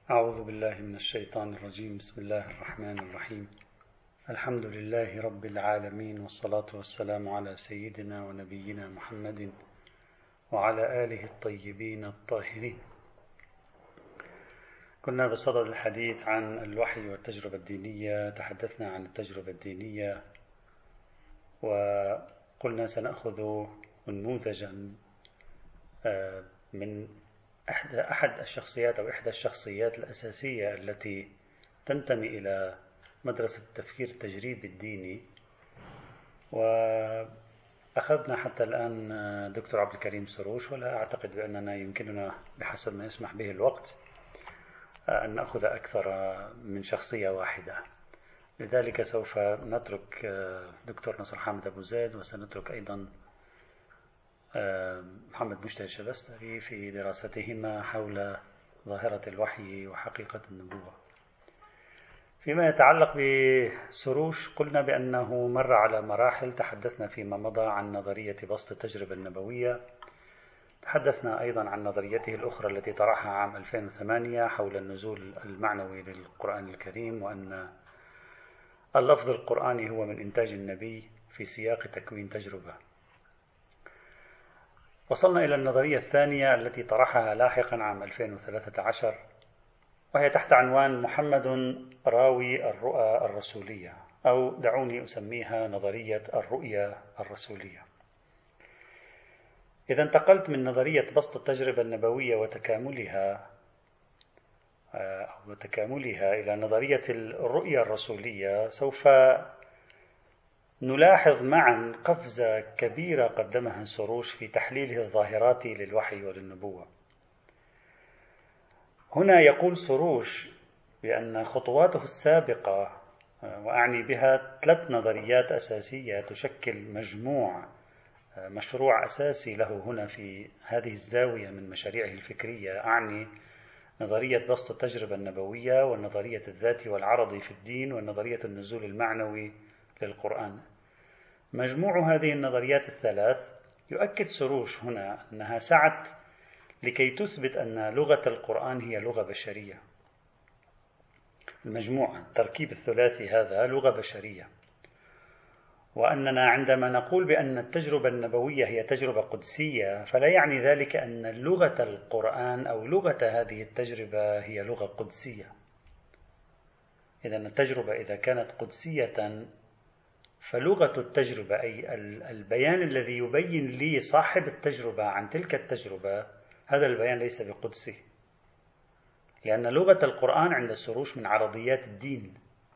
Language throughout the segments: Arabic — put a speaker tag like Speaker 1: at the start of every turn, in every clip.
Speaker 1: أعوذ بالله من الشيطان الرجيم. بسم الله الرحمن الرحيم. الحمد لله رب العالمين، والصلاة والسلام على سيدنا ونبينا محمد وعلى آله الطيبين الطاهرين. كنا بصدد الحديث عن الوحي والتجربة الدينية. تحدثنا عن التجربة الدينية وقلنا سنأخذ نموذجا من أحد الشخصيات أو إحدى الشخصيات الأساسية التي تنتمي إلى مدرسة التفكير التجريبي الديني. وأخذنا حتى الآن دكتور عبد الكريم سروش، ولا أعتقد بأننا يمكننا بحسب ما يسمح به الوقت أن نأخذ أكثر من شخصية واحدة. لذلك سوف نترك دكتور نصر حامد أبو زيد، وسنترك أيضا محمد مجتهد الشبستري في دراستهما حول ظاهرة الوحي وحقيقة النبوة. فيما يتعلق بسروش، قلنا بأنه مر على مراحل. تحدثنا فيما مضى عن نظرية بسط التجربة النبوية، تحدثنا أيضا عن نظريته الأخرى التي طرحها عام 2008 حول النزول المعنوي للقرآن الكريم، وأن اللفظ القرآني هو من إنتاج النبي في سياق تكوين تجربة. وصلنا إلى النظرية الثانية التي طرحها لاحقا عام 2013، وهي تحت عنوان محمد راوي الرؤى الرسولية، أو دعوني أسميها نظرية الرؤية الرسولية. إذا انتقلت من نظرية بسط التجربة النبوية وتكاملها إلى نظرية الرؤية الرسولية، سوف نلاحظ معا قفزة كبيرة قدمها سروش في تحليله الظاهراتي للوحي وللنبوة. هنا يقول سروش بأن خطواته السابقة، وأعني بها 3 نظريات أساسية تشكل مشروع أساسي له هنا في هذه الزاوية من مشاريعه الفكرية، أعني نظرية بسط التجربة النبوية، والنظرية الذاتي والعرضي في الدين، والنظرية النزول المعنوي للقرآن. مجموع هذه النظريات ال3 يؤكد سروش هنا أنها سعت لكي تثبت أن لغة القرآن هي لغة بشرية. المجموعة التركيب الثلاثي هذا لغة بشرية، وأننا عندما نقول بأن التجربة النبوية هي تجربة قدسية، فلا يعني ذلك أن لغة القرآن أو لغة هذه التجربة هي لغة قدسية. إذن التجربة إذا كانت قدسية، فلغة التجربة أي البيان الذي يبين لي صاحب التجربة عن تلك التجربة، هذا البيان ليس بقدسي، لأن لغة القرآن عند سروش من عرضيات الدين،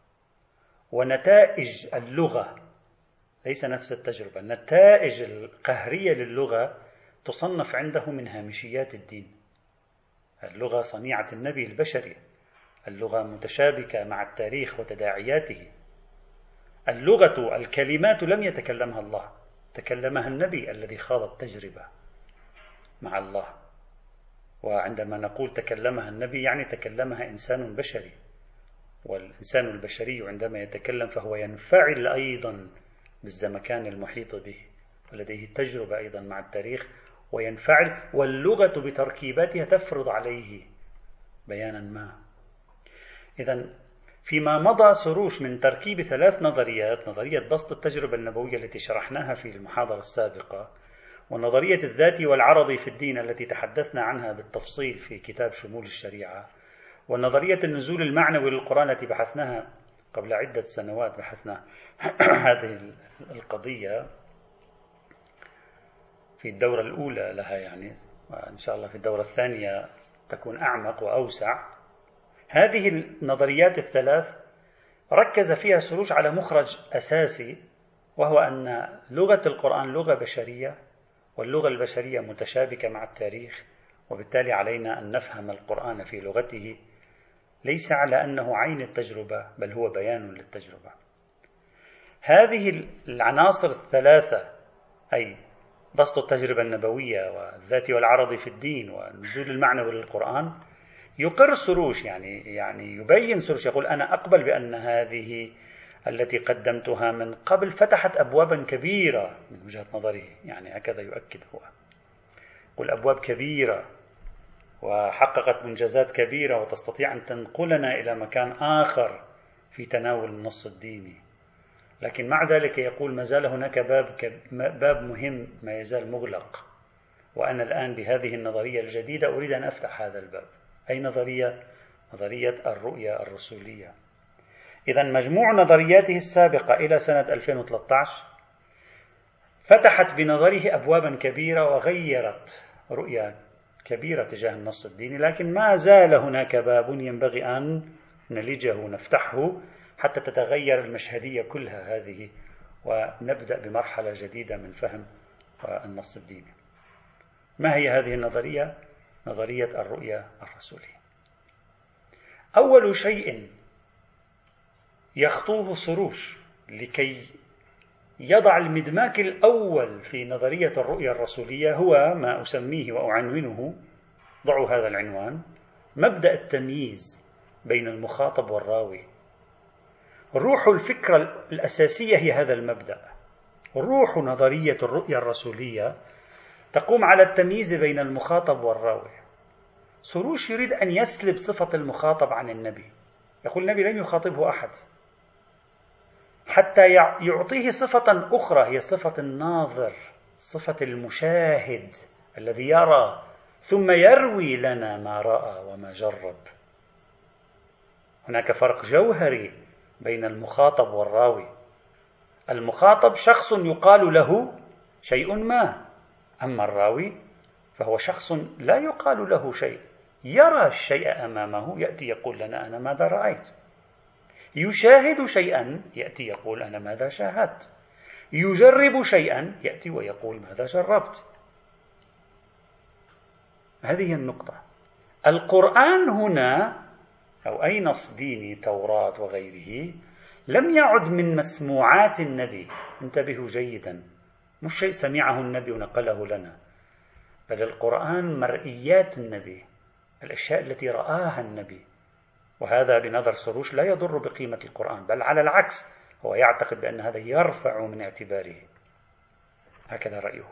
Speaker 1: ونتائج اللغة ليس نفس التجربة. النتائج القهرية للغة تصنف عنده من هامشيات الدين. اللغة صنيعة النبي البشري، اللغة متشابكة مع التاريخ وتداعياته. اللغة الكلمات لم يتكلمها الله، تكلمها النبي الذي خاض التجربة مع الله. وعندما نقول تكلمها النبي يعني تكلمها إنسان بشري، والإنسان البشري عندما يتكلم فهو ينفعل أيضا بالزمكان المحيط به، ولديه تجربة أيضا مع التاريخ وينفعل، واللغة بتركيباتها تفرض عليه بيانا ما. إذن فيما مضى سروش من تركيب 3 نظريات: نظرية بسط التجربة النبوية التي شرحناها في المحاضرة السابقة، ونظرية الذاتي والعرضي في الدين التي تحدثنا عنها بالتفصيل في كتاب شمول الشريعة، ونظرية النزول المعنوي للقرآن التي بحثناها قبل عدة سنوات. بحثنا هذه القضية في الدورة الأولى لها يعني، وإن شاء الله في الدورة الثانية تكون أعمق وأوسع. هذه النظريات ال3 ركز فيها سروش على مخرج أساسي، وهو أن لغة القرآن لغة بشرية، واللغة البشرية متشابكة مع التاريخ، وبالتالي علينا أن نفهم القرآن في لغته ليس على أنه عين التجربة، بل هو بيان للتجربة. هذه العناصر ال3، أي بسط التجربة النبوية والذاتي والعرضي في الدين والنزول المعنوي للقرآن، يقر سروش يعني يبين سروش، يقول أنا أقبل بأن هذه التي قدمتها من قبل فتحت أبوابا كبيرة من وجهة نظره، يعني هكذا يؤكد هو، يقول أبواب كبيرة وحققت منجزات كبيرة وتستطيع أن تنقلنا إلى مكان آخر في تناول النص الديني، لكن مع ذلك يقول ما زال هناك باب مهم ما يزال مغلق، وأنا الآن بهذه النظرية الجديدة أريد أن أفتح هذا الباب. أي نظرية؟ نظرية الرؤية الرسولية. إذن مجموع نظرياته السابقة إلى سنة 2013 فتحت بنظره أبوابا كبيرة وغيرت رؤية كبيرة تجاه النص الديني، لكن ما زال هناك باب ينبغي أن نلجه ونفتحه حتى تتغير المشهدية كلها هذه، ونبدأ بمرحلة جديدة من فهم النص الديني. ما هي هذه النظرية؟ نظرية الرؤية الرسولية. أول شيء يخطوه سروش لكي يضع المدماك الأول في نظرية الرؤية الرسولية هو ما أسميه وأعنونه، ضعوا هذا العنوان، مبدأ التمييز بين المخاطب والراوي. روح الفكرة الأساسية هي هذا المبدأ. روح نظرية الرؤية الرسولية تقوم على التمييز بين المخاطب والراوي. سروش يريد أن يسلب صفة المخاطب عن النبي، يقول النبي لم يخاطبه أحد، حتى يعطيه صفة أخرى هي صفة الناظر، صفة المشاهد الذي يرى ثم يروي لنا ما رأى وما جرب. هناك فرق جوهري بين المخاطب والراوي. المخاطب شخص يقال له شيء ما، أما الراوي فهو شخص لا يقال له شيء، يرى الشيء أمامه، يأتي يقول لنا أنا ماذا رأيت، يشاهد شيئا يأتي يقول أنا ماذا شاهدت، يجرب شيئا يأتي ويقول ماذا جربت. هذه النقطة. القرآن هنا أو أي نص ديني، توراة وغيره، لم يعد من مسموعات النبي، انتبهوا جيدا، مش شيء سمعه النبي ونقله لنا، بل القرآن مرئيات النبي، الأشياء التي رآها النبي. وهذا بنظر سروش لا يضر بقيمة القرآن، بل على العكس، هو يعتقد بأن هذا يرفع من اعتباره. هكذا رأيه.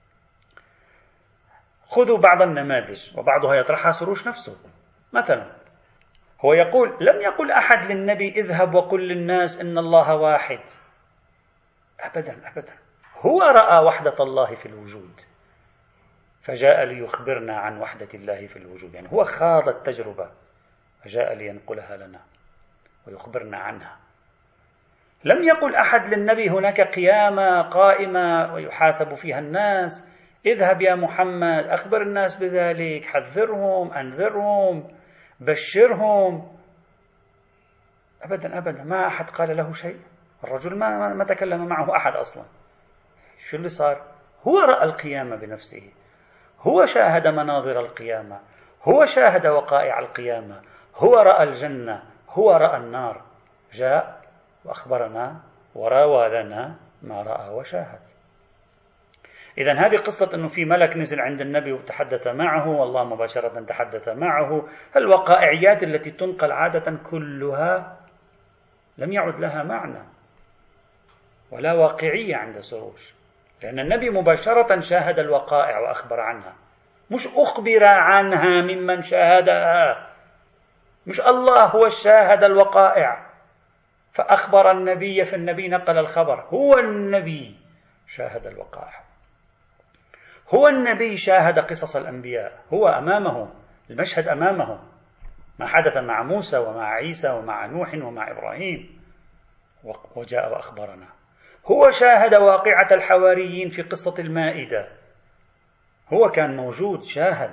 Speaker 1: خذوا بعض النماذج وبعضها يطرحها سروش نفسه. مثلا هو يقول لم يقل أحد للنبي اذهب وقل للناس إن الله واحد، أبدا أبدا، هو رأى وحدة الله في الوجود فجاء ليخبرنا عن وحدة الله في الوجود، يعني هو خاض التجربة فجاء لينقلها لنا ويخبرنا عنها. لم يقل أحد للنبي هناك قيامة قائمة ويحاسب فيها الناس، اذهب يا محمد أخبر الناس بذلك، حذرهم، أنذرهم، بشرهم. أبدا أبدا، ما أحد قال له شيء. الرجل ما تكلم معه أحد أصلا. شو اللي صار؟ هو رأى القيامة بنفسه، هو شاهد مناظر القيامة، هو شاهد وقائع القيامة، هو رأى الجنة، هو رأى النار، جاء وأخبرنا وراوى لنا ما رأى وشاهد. إذن هذه قصة أنه في ملك نزل عند النبي وتحدث معه والله مباشرة تحدث معه، الوقائعيات التي تنقل عادة كلها لم يعد لها معنى ولا واقعية عند سروش، لأن النبي مباشرة شاهد الوقائع وأخبر عنها، مش أخبر عنها ممن شاهدها، مش الله هو شاهد الوقائع فأخبر النبي فالنبي نقل الخبر، هو النبي شاهد الوقائع، هو النبي شاهد قصص الأنبياء، هو أمامه المشهد، أمامه ما حدث مع موسى ومع عيسى ومع نوح ومع إبراهيم، وجاء وأخبرنا. هو شاهد واقعة الحواريين في قصة المائدة، هو كان موجود، شاهد،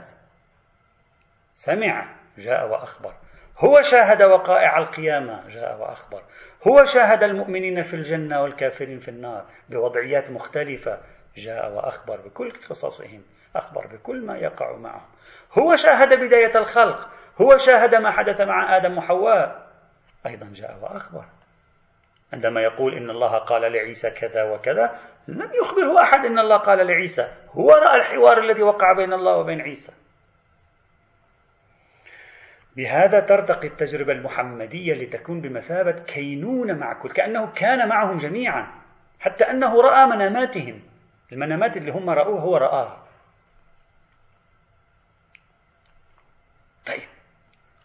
Speaker 1: سمع، جاء وأخبر. هو شاهد وقائع القيامة، جاء وأخبر. هو شاهد المؤمنين في الجنة والكافرين في النار بوضعيات مختلفة، جاء وأخبر بكل قصصهم، أخبر بكل ما يقع معهم. هو شاهد بداية الخلق، هو شاهد ما حدث مع آدم وحواء، أيضا جاء وأخبر. عندما يقول إن الله قال لعيسى كذا وكذا، لم يخبره أحد إن الله قال لعيسى، هو رأى الحوار الذي وقع بين الله وبين عيسى. بهذا ترتقي التجربة المحمدية لتكون بمثابة كينونة مع كل، كأنه كان معهم جميعا، حتى أنه رأى مناماتهم، المنامات اللي هم رأوه هو رآها.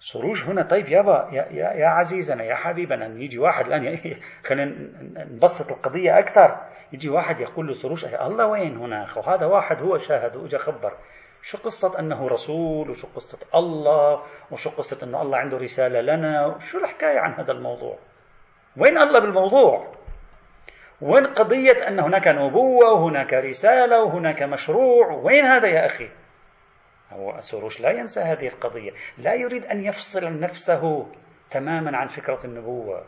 Speaker 1: سروج هنا طيب يابا يا عزيزنا يا حبيبنا، يجي واحد الآن خلينا نبسط القضية أكثر. يجي واحد يقول له سروج الله وين هنا؟ وهذا واحد هو شاهد وإجا خبر. شو قصة أنه رسول، وشو قصة الله، وشو قصة أنه الله عنده رسالة لنا؟ شو الحكاية عن هذا الموضوع؟ وين الله بالموضوع؟ وين قضية أن هناك نبوة وهناك رسالة وهناك مشروع؟ وين هذا يا أخي؟ هو سروش لا ينسى هذه القضية، لا يريد أن يفصل نفسه تماما عن فكرة النبوة،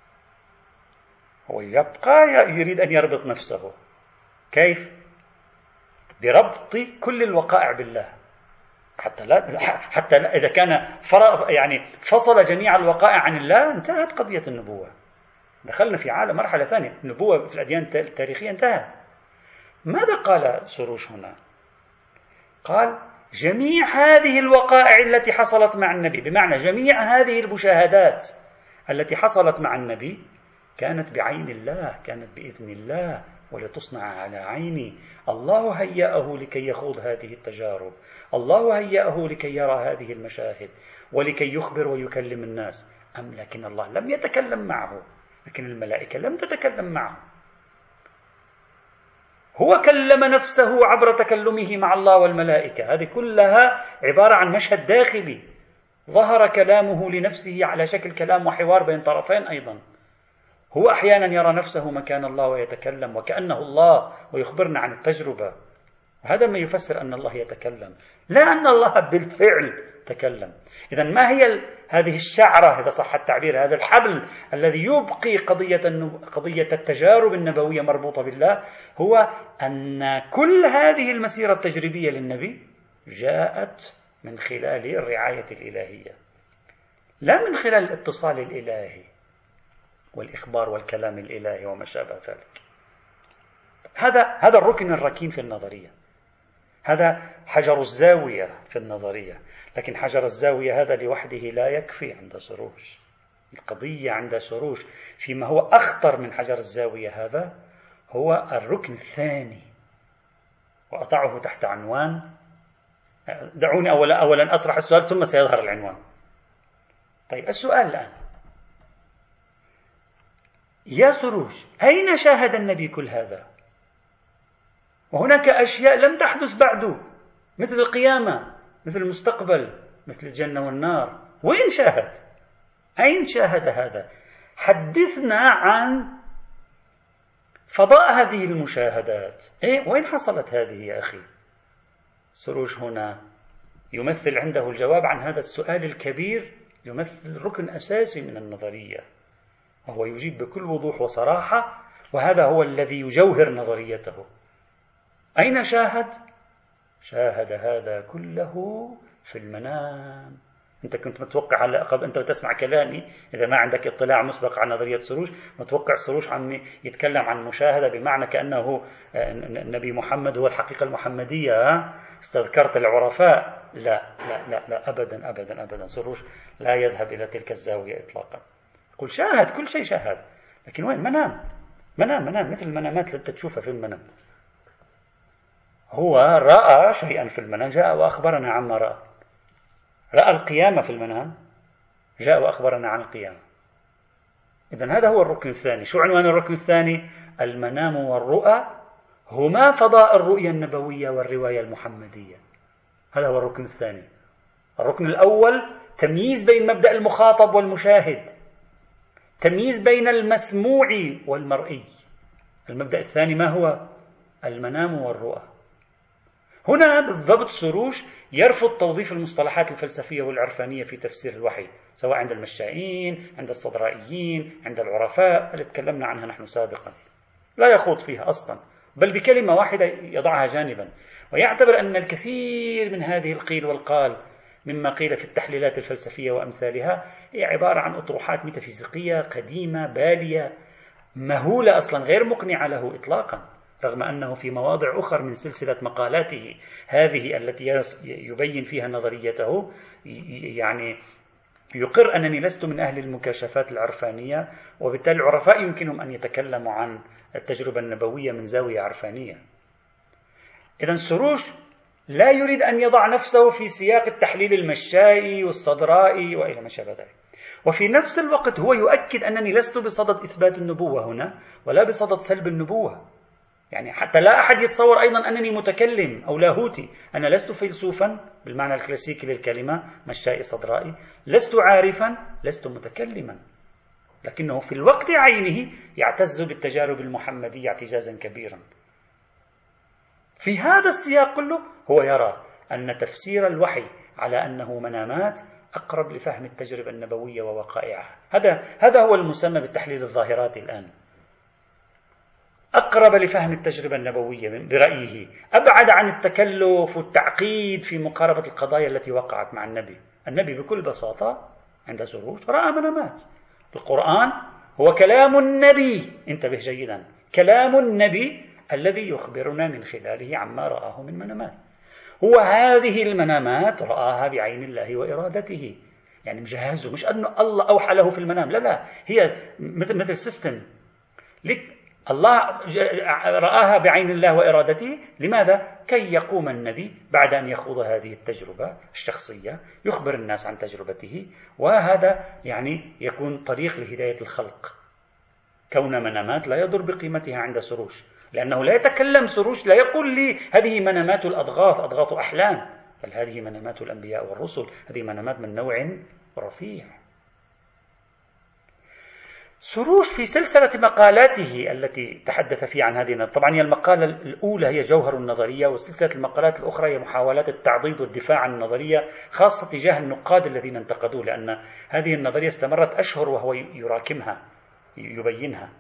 Speaker 1: هو يبقى يريد أن يربط نفسه. كيف؟ بربط كل الوقائع بالله، حتى لا إذا كان يعني فصل جميع الوقائع عن الله انتهت قضية النبوة. دخلنا في عالم مرحلة ثانية، النبوة في الأديان التاريخية انتهت. ماذا قال سروش هنا؟ قال جميع هذه الوقائع التي حصلت مع النبي، بمعنى جميع هذه المشاهدات التي حصلت مع النبي كانت بعين الله، كانت بإذن الله، ولتصنع على عيني. الله هيأه لكي يخوض هذه التجارب، الله هيأه لكي يرى هذه المشاهد ولكي يخبر ويكلم الناس. لكن الله لم يتكلم معه، لكن الملائكة لم تتكلم معه. هو كلم نفسه عبر تكلمه مع الله والملائكة. هذه كلها عبارة عن مشهد داخلي، ظهر كلامه لنفسه على شكل كلام وحوار بين طرفين. أيضا هو أحيانا يرى نفسه مكان الله ويتكلم وكأنه الله ويخبرنا عن التجربة. هذا ما يفسر أن الله يتكلم، لا أن الله بالفعل تكلم. إذن ما هي هذه الشعرة، إذا صح التعبير، هذا الحبل الذي يبقي قضية التجارب النبوية مربوطة بالله؟ هو أن كل هذه المسيرة التجريبية للنبي جاءت من خلال الرعاية الإلهية، لا من خلال الاتصال الإلهي والإخبار والكلام الإلهي وما شابه ذلك. هذا الركن الركين في النظرية، هذا حجر الزاوية في النظرية. لكن حجر الزاوية هذا لوحده لا يكفي عند سروج. القضية عند سروج فيما هو أخطر من حجر الزاوية هذا هو الركن الثاني، وأضعه تحت عنوان، دعوني أولا أطرح السؤال ثم سيظهر العنوان. طيب السؤال الآن، يا سروج أين شاهد النبي كل هذا؟ وهناك أشياء لم تحدث بعد، مثل القيامة، مثل المستقبل، مثل الجنة والنار. وين شاهد؟ أين شاهد هذا؟ حدثنا عن فضاء هذه المشاهدات. وين حصلت هذه يا أخي؟ سروج هنا يمثل عنده الجواب عن هذا السؤال الكبير، يمثل ركن أساسي من النظرية، وهو يجيب بكل وضوح وصراحة، وهذا هو الذي يجوهر نظريته. أين شاهد؟ شاهد هذا كله في المنام. أنت كنت متوقع أنت تسمع كلامي، إذا ما عندك اطلاع مسبق عن نظرية سروج، متوقع سروج عم يتكلم عن مشاهدة بمعنى كأنه النبي محمد هو الحقيقة المحمدية. استذكرت العرفاء. لا لا لا لا، أبدا أبدا أبدا. سروج لا يذهب إلى تلك الزاوية إطلاقا. قل شاهد كل شيء شاهد، لكن وين؟ منام مثل المنامات اللي تشوفها في المنام. هو رأى شيئا في المنام، جاء وأخبرنا عما رأى القيامة في المنام، جاء وأخبرنا عن القيامة. إذن هذا هو الركن الثاني. شو عنوان الركن الثاني؟ المنام والرؤى هما فضاء الرؤية النبوية والرواية المحمدية. هذا هو الركن الثاني. الركن الأول تمييز بين مبدأ المخاطب والمشاهد، تمييز بين المسموع والمرئي. المبدأ الثاني ما هو؟ المنام والرؤى. هنا بالضبط سروج يرفض توظيف المصطلحات الفلسفية والعرفانية في تفسير الوحي، سواء عند المشائين، عند الصدرائيين، عند العرفاء اللي تكلمنا عنها نحن سابقا. لا يخوض فيها أصلا، بل بكلمة واحدة يضعها جانبا، ويعتبر أن الكثير من هذه القيل والقال مما قيل في التحليلات الفلسفية وأمثالها هي عبارة عن أطروحات ميتافيزيقية قديمة بالية مهولة أصلا، غير مقنعة له إطلاقا، رغم أنه في مواضع أخرى من سلسلة مقالاته هذه التي يبين فيها نظريته يعني يقر أنني لست من أهل المكاشفات العرفانية، وبالتالي العرفاء يمكنهم أن يتكلموا عن التجربة النبوية من زاوية عرفانية. إذن سروج لا يريد أن يضع نفسه في سياق التحليل المشائي والصدرائي وإلى ما شابه ذلك. وفي نفس الوقت هو يؤكد أنني لست بصدد إثبات النبوة هنا ولا بصدد سلب النبوة، يعني حتى لا أحد يتصور أيضا أنني متكلم أو لاهوتي. أنا لست فيلسوفا بالمعنى الكلاسيكي للكلمة مشائي صدرائي، لست عارفا، لست متكلما، لكنه في الوقت عينه يعتز بالتجارب المحمدية اعتزازا كبيرا. في هذا السياق كله هو يرى أن تفسير الوحي على أنه منامات أقرب لفهم التجربة النبوية ووقائعها. هذا هو المسمى بالتحليل الظاهراتي الآن، أقرب لفهم التجربة النبوية برأيه، أبعد عن التكلف والتعقيد في مقاربة القضايا التي وقعت مع النبي. النبي بكل بساطة عند سروج رأى منامات. القرآن هو كلام النبي، انتبه جيدا، كلام النبي الذي يخبرنا من خلاله عما رآه من منامات. هو هذه المنامات رآها بعين الله وإرادته، يعني مجهزه، مش أنه الله أوحى له في المنام، لا، هي مثل سيستم. الله رآها بعين الله وإرادته، لماذا؟ كي يقوم النبي بعد أن يخوض هذه التجربة الشخصية يخبر الناس عن تجربته، وهذا يعني يكون طريق لهداية الخلق. كون منامات لا يضر بقيمتها عند سروج، لأنه لا يتكلم سروج، لا يقول لي هذه منامات الأضغاث، أضغاث أحلام، بل هذه منامات الأنبياء والرسل، هذه منامات من نوع رفيع. سروج في سلسلة مقالاته التي تحدث فيها عن هذه، طبعا هي المقالة الأولى هي جوهر النظرية، وسلسلة المقالات الأخرى هي محاولات التعضيد والدفاع عن النظرية، خاصة تجاه النقاد الذين انتقدوه، لأن هذه النظرية استمرت أشهر وهو يراكمها يبينها.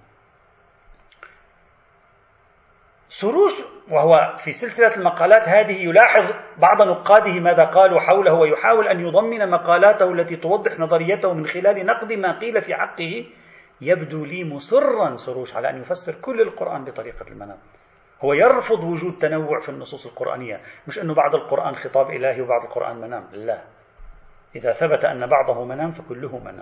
Speaker 1: سروج وهو في سلسلة المقالات هذه يلاحظ بعض نقاده ماذا قالوا حوله، ويحاول أن يضمن مقالاته التي توضح نظريته من خلال نقد ما قيل في حقه. يبدو لي مصرا سروج على أن يفسر كل القرآن بطريقة المنام. هو يرفض وجود تنوع في النصوص القرآنية، مش أنه بعض القرآن خطاب إلهي وبعض القرآن منام، لا، إذا ثبت أن بعضه منام فكله منام.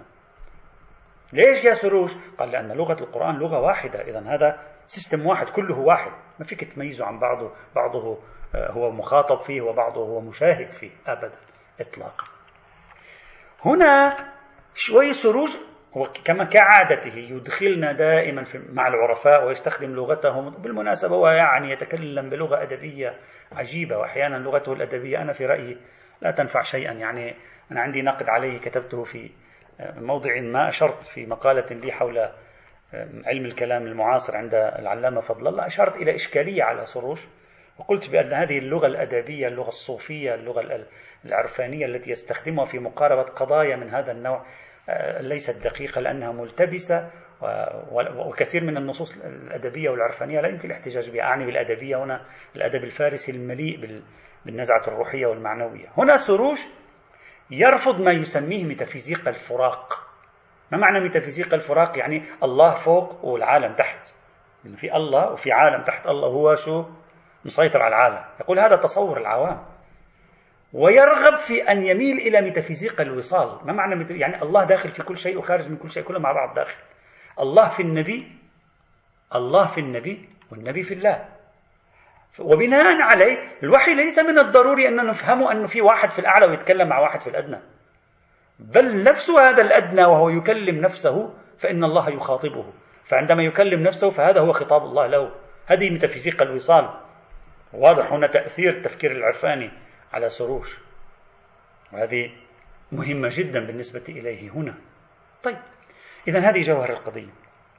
Speaker 1: ليش يا سروج؟ قال لأن لغة القرآن لغة واحدة، إذن هذا سيستم واحد كله واحد، ما فيك تميزه عن بعضه هو مخاطب فيه وبعضه هو مشاهد فيه أبدا إطلاقا. هنا شوي سروج كما كعادته يدخلنا دائما مع العرفاء ويستخدم لغتهم. بالمناسبة هو يعني يتكلم بلغة أدبية عجيبة، وأحيانا لغته الأدبية أنا في رأيي لا تنفع شيئا. يعني أنا عندي نقد عليه كتبته في موضع ما، أشرت في مقالة لي حول علم الكلام المعاصر عند العلامة فضل الله، أشرت إلى إشكالية على سروج، وقلت بأن هذه اللغة الأدبية، اللغة الصوفية، اللغة العرفانية التي يستخدمها في مقاربة قضايا من هذا النوع ليست دقيقة، لأنها ملتبسة، وكثير من النصوص الأدبية والعرفانية لا يمكن الاحتجاج بها. أعني بالأدبية هنا الأدب الفارسي المليء بالنزعة الروحية والمعنوية. هنا سروج يرفض ما يسميه ميتافيزيقا الفراق. ما معنى ميتافيزيقا الفراق؟ يعني الله فوق والعالم تحت، يعني في الله وفي عالم تحت الله، هو شو مسيطر على العالم. يقول هذا تصور العوام، ويرغب في أن يميل إلى ميتافيزيقا الوصال. ما معنى يعني الله داخل في كل شيء وخارج من كل شيء، كله مع بعض داخل. الله في النبي، الله في النبي، والنبي في الله. وبناء عليه الوحي ليس من الضروري أن نفهمه أنه في واحد في الأعلى ويتكلم مع واحد في الأدنى، بل نفس هذا الأدنى وهو يكلم نفسه فإن الله يخاطبه، فعندما يكلم نفسه فهذا هو خطاب الله له. هذه ميتافيزيقا الوصال. واضح هنا تأثير التفكير العرفاني على سروج، وهذه مهمة جدا بالنسبة إليه هنا. طيب، إذن هذه جوهر القضية.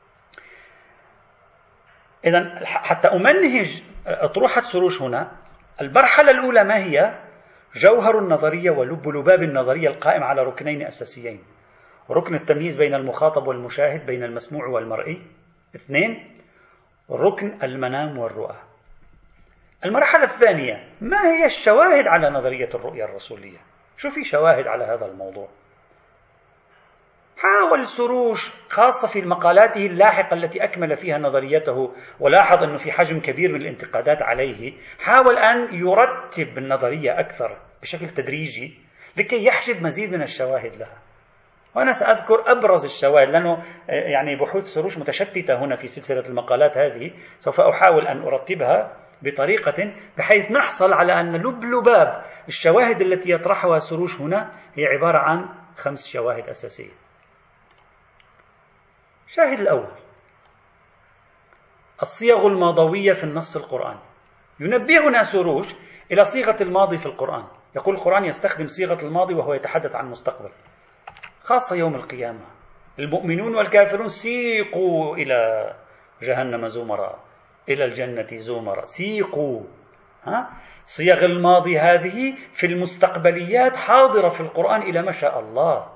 Speaker 1: إذن حتى أمنهج أطروحة سروج هنا، المرحلة الأولى ما هي؟ جوهر النظرية ولب لباب النظرية القائم على ركنين أساسيين: ركن التمييز بين المخاطب والمشاهد، بين المسموع والمرئي. 2، ركن المنام والرؤى. المرحلة الثانية ما هي الشواهد على نظرية الرؤية الرسولية؟ شو في شواهد على هذا الموضوع؟ حاول سروج خاصة في مقالاته اللاحقة التي أكمل فيها نظريته، ولاحظ أنه في حجم كبير من الانتقادات عليه، حاول أن يرتب النظرية أكثر بشكل تدريجي لكي يحشد مزيد من الشواهد لها. وأنا سأذكر أبرز الشواهد، لأنه يعني بحوث سروج متشتتة هنا في سلسلة المقالات هذه، سوف أحاول أن أرتبها بطريقة بحيث نحصل على أن لباب الشواهد التي يطرحها سروش هنا هي عبارة عن 5 شواهد أساسية. الشاهد الأول: الصيغ الماضوية في النص القرآني. ينبهنا سروش إلى صيغة الماضي في القرآن. يقول القرآن يستخدم صيغة الماضي وهو يتحدث عن المستقبل، خاصة يوم القيامة. المؤمنون والكافرون سيقوا إلى جهنم زمرا، إلى الجنة زمرا، سيقوا. صيغ الماضي هذه في المستقبليات حاضرة في القرآن إلى ما شاء الله.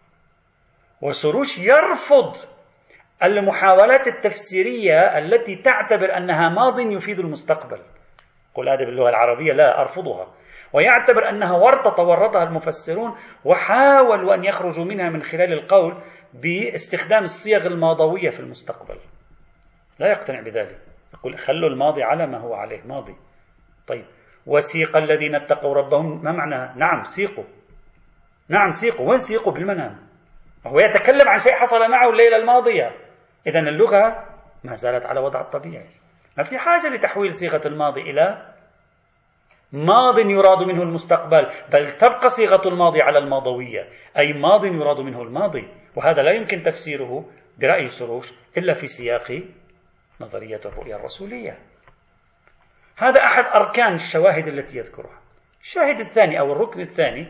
Speaker 1: وسروش يرفض المحاولات التفسيرية التي تعتبر أنها ماض يفيد المستقبل. قل هذا باللغة العربية لا أرفضها، ويعتبر أنها ورطة ورطها المفسرون وحاولوا أن يخرجوا منها من خلال القول باستخدام الصيغ الماضوية في المستقبل. لا يقتنع بذلك، يقول خلوا الماضي على ما هو عليه ماضي. طيب، وسيق الذين اتقوا ربهم، ما معنى نعم سيقوا؟ نعم سيقوا، وين سيقوا؟ بالمنام. هو يتكلم عن شيء حصل معه الليلة الماضية. إذن اللغة ما زالت على وضع الطبيعي، ما في حاجة لتحويل صيغة الماضي إلى ماض يراد منه المستقبل، بل تبقى صيغة الماضي على الماضوية، أي ماض يراد منه الماضي. وهذا لا يمكن تفسيره برأي سروش إلا في سياق نظرية الرؤية الرسولية. هذا أحد أركان الشواهد التي يذكرها. الشاهد الثاني أو الركن الثاني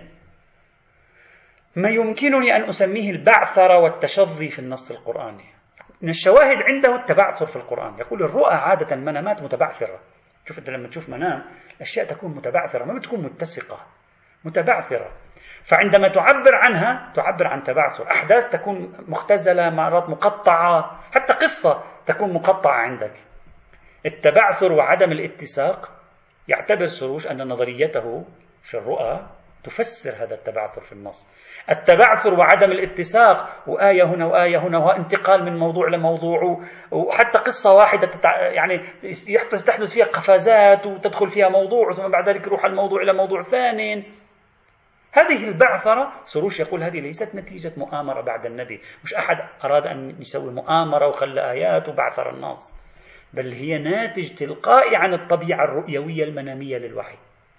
Speaker 1: ما يمكنني أن أسميه البعثرة والتشظي في النص القرآني. من الشواهد عنده التبعثر في القرآن. يقول الرؤى عادة منامات متبعثرة. شوف أنت لما تشوف منام الأشياء تكون متبعثرة، ما بتكون متسقة، متبعثرة. فعندما تعبر عنها تعبر عن تبعثر. أحداث تكون مختزلة، مرات مقطعة، حتى قصة تكون مقطعة عندك. التبعثر وعدم الاتساق يعتبر سروش أن نظريته في الرؤى تفسر هذا التبعثر في النص. التبعثر وعدم الاتساق، وآية هنا وآية هنا، وانتقال من موضوع لموضوع، وحتى قصة واحدة يعني تحدث فيها قفزات وتدخل فيها موضوع ثم بعد ذلك يروح الموضوع إلى موضوع ثاني. هذه البعثرة سروش يقول هذه ليست نتيجة مؤامرة بعد النبي، مش أحد أراد أن يسوي مؤامرة وخلى آيات وبعثر الناس، بل هي ناتج تلقائي عن الطبيعة الرؤيوية المنامية للوحي.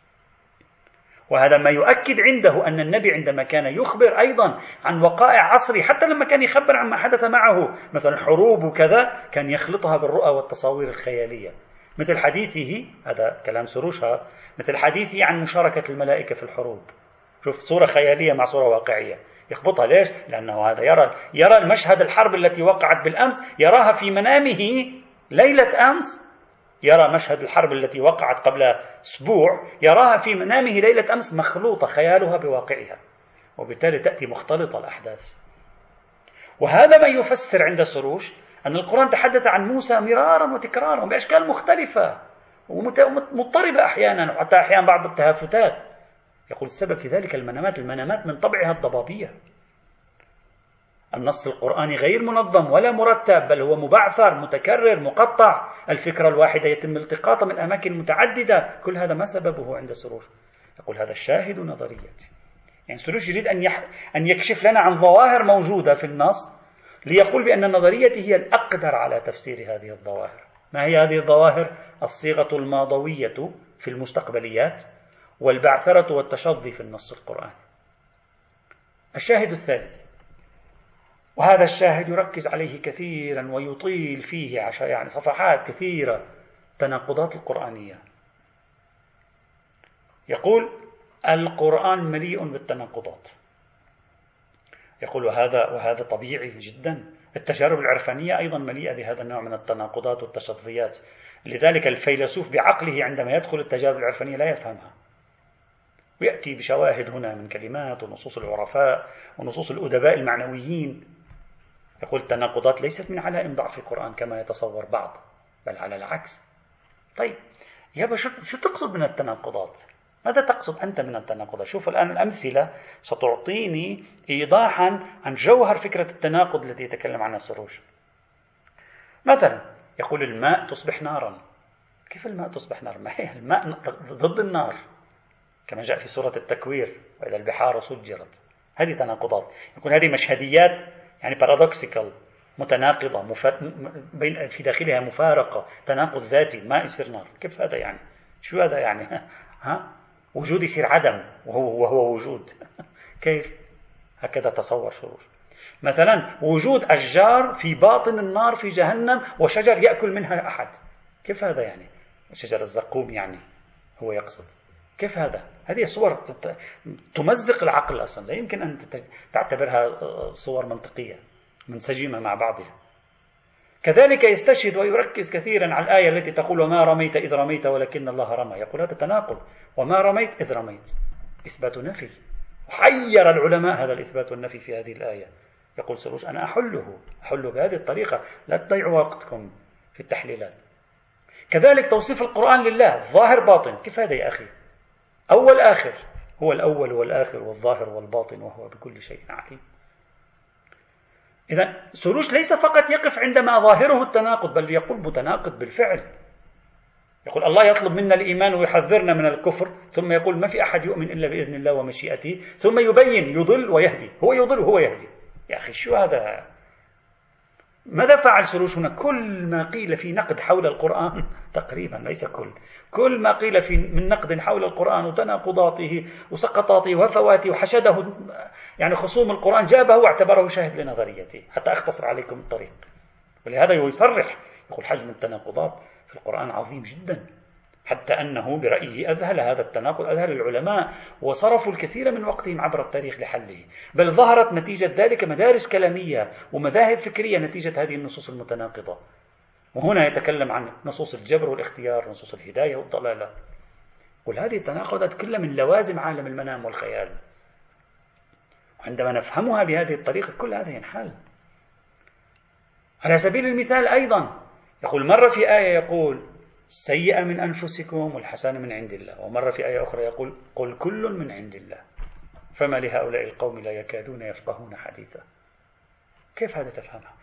Speaker 1: وهذا ما يؤكد عنده أن النبي عندما كان يخبر أيضا عن وقائع عصره، حتى لما كان يخبر عن ما حدث معه مثلا حروب وكذا، كان يخلطها بالرؤى والتصاوير الخيالية. مثل حديثه، هذا كلام سروشها، مثل حديثه عن مشاركة الملائكة في الحروب. شوف، صورة خيالية مع صورة واقعية، يخبطها. ليش؟ لأنه هذا يرى المشهد الحرب التي وقعت بالأمس، يراها في منامه ليلة أمس. يرى مشهد الحرب التي وقعت قبل أسبوع، يراها في منامه ليلة أمس مخلوطة خيالها بواقعها، وبالتالي تأتي مختلطة الأحداث. وهذا ما يفسر عند سروش أن القرآن تحدث عن موسى مرارا وتكرارا بأشكال مختلفة ومضطربة أحيانا، وحتى أحيانا بعض التهافتات. يقول السبب في ذلك المنامات من طبعها الضبابية. النص القرآني غير منظم ولا مرتب، بل هو مبعثر متكرر مقطع. الفكرة الواحدة يتم التقاطها من أماكن متعددة. كل هذا ما سببه عند سروش؟ يقول هذا الشاهد نظريتي. يعني سروش يريد أن يكشف لنا عن ظواهر موجودة في النص ليقول بأن نظريته هي الأقدر على تفسير هذه الظواهر. ما هي هذه الظواهر؟ الصيغة الماضوية في المستقبليات، والبعثرة والتشظي في النص القرآني. الشاهد الثالث، وهذا الشاهد يركز عليه كثيرا ويطيل فيه يعني صفحات كثيرة، تناقضات القرآنية. يقول القرآن مليء بالتناقضات. يقول وهذا طبيعي جدا. التجارب العرفانية أيضا مليئة بهذا النوع من التناقضات والتشظيات. لذلك الفيلسوف بعقله عندما يدخل التجارب العرفانية لا يفهمها، ويأتي بشواهد هنا من كلمات ونصوص العرفاء ونصوص الأدباء المعنويين. يقول التناقضات ليست من علائم ضعف القرآن كما يتصور بعض، بل على العكس. طيب يابا، شو تقصد من التناقضات؟ ماذا تقصد أنت من التناقضات؟ شوف الآن الأمثلة ستعطيني إيضاحا عن جوهر فكرة التناقض التي يتكلم عنها سروش. مثلا يقول الماء تصبح نارا. كيف الماء تصبح نارا؟ ما هي الماء ضد النار كما جاء في سورة التكوير، وإذا البحار سجرت. هذه تناقضات. يقول هذه مشهديات يعني بارادوكسيكال، متناقضة بين في داخلها مفارقة، تناقض ذاتي، ما يصير نار. كيف هذا يعني؟ شو هذا يعني؟ ها؟ وجود يصير عدم وهو وجود. كيف؟ هكذا تصور سروش. مثلا وجود أشجار في باطن النار في جهنم وشجر يأكل منها أحد. كيف هذا يعني؟ شجر الزقوم يعني هو يقصد. كيف هذا؟ هذه صور تمزق العقل أصلا، لا يمكن أن تعتبرها صور منطقية منسجمة مع بعضها. كذلك يستشهد ويركز كثيرا على الآية التي تقول وما رميت إذ رميت ولكن الله رمى. يقول هذا تناقض، وما رميت إذ رميت إثبات نفي. وحير العلماء هذا الإثبات والنفي في هذه الآية. يقول سروش أنا أحله بهذه الطريقة، لا تضيعوا وقتكم في التحليلات. كذلك توصيف القرآن لله ظاهر باطن. كيف هذا يا أخي؟ أول آخر، هو الأول والآخر والظاهر والباطن وهو بكل شيء عليم. إذن سروش ليس فقط يقف عندما ظاهره التناقض، بل يقول متناقض بالفعل. يقول الله يطلب منا الإيمان ويحذرنا من الكفر، ثم يقول ما في أحد يؤمن إلا بإذن الله ومشيئته، ثم يبين يضل ويهدي، هو يضل وهو يهدي. يا أخي شو هذا؟ ماذا فعل سروش هنا؟ كل ما قيل في نقد حول القرآن تقريبا، ليس كل ما قيل في من نقد حول القرآن وتناقضاته وسقطاته وهفواته وحشده يعني خصوم القرآن، جابه واعتبره شاهد لنظريته. حتى أختصر عليكم الطريق. ولهذا يصرح يقول حجم التناقضات في القرآن عظيم جدا، حتى أنه برأيه أذهل هذا التناقض، أذهل العلماء وصرفوا الكثير من وقتهم عبر التاريخ لحله. بل ظهرت نتيجة ذلك مدارس كلامية ومذاهب فكرية نتيجة هذه النصوص المتناقضة. وهنا يتكلم عن نصوص الجبر والاختيار، نصوص الهداية والضلالة. قل هذه التناقضات كلها من لوازم عالم المنام والخيال. وعندما نفهمها بهذه الطريقة كل هذا ينحل. على سبيل المثال أيضا يقول مرة في آية يقول سيئة من أنفسكم والحسنة من عند الله، ومرة في آية أخرى يقول قل كل من عند الله فما لهؤلاء القوم لا يكادون يفقهون حديثا. كيف هذا تفهمها؟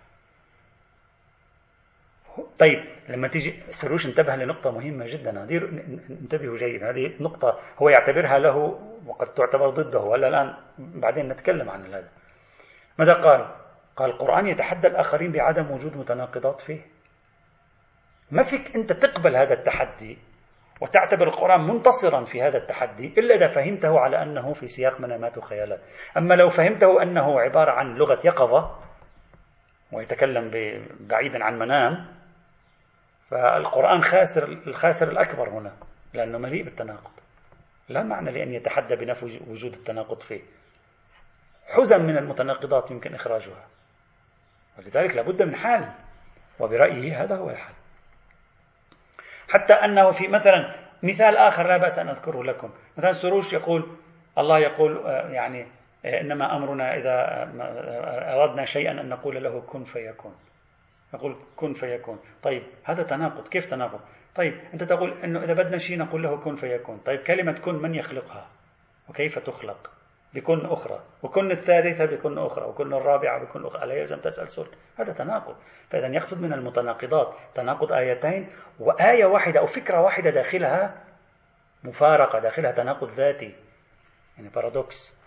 Speaker 1: طيب لما تيجي سروش انتبه لنقطة مهمة جدا، هذه انتبهوا جيد، هذه نقطة هو يعتبرها له وقد تعتبر ضده، ولا الآن بعدين نتكلم عن هذا. ماذا قال؟ قال القرآن يتحدى الآخرين بعدم وجود متناقضات فيه. ما فيك أنت تقبل هذا التحدي وتعتبر القرآن منتصرا في هذا التحدي إلا إذا فهمته على أنه في سياق منامات وخيالات. أما لو فهمته أنه عبارة عن لغة يقظة ويتكلم بعيدا عن منام، فالقرآن الخاسر الأكبر هنا، لأنه مليء بالتناقض. لا معنى لأن يتحدى بنفي وجود التناقض فيه. حزم من المتناقضات يمكن إخراجها، ولذلك لابد من حل، وبرأيه هذا هو الحل. حتى أنه في مثلا مثال آخر لا بأس أن أذكره لكم. مثلا سروش يقول الله يقول يعني إنما أمرنا إذا أردنا شيئا أن نقول له كن فيكون. نقول كن فيكون. طيب هذا تناقض. كيف تناقض؟ طيب أنت تقول أنه إذا بدنا شيء نقول له كن فيكون. طيب كلمة كن من يخلقها وكيف تخلق؟ بكن أخرى، وكن الثالثة بكن أخرى، وكن الرابعة بكن أخرى. ألا يلزم تسأل سؤال؟ هذا تناقض. فإذا يقصد من المتناقضات تناقض آيتين وآية واحدة أو فكرة واحدة داخلها مفارقة، داخلها تناقض ذاتي، يعني بارادوكس.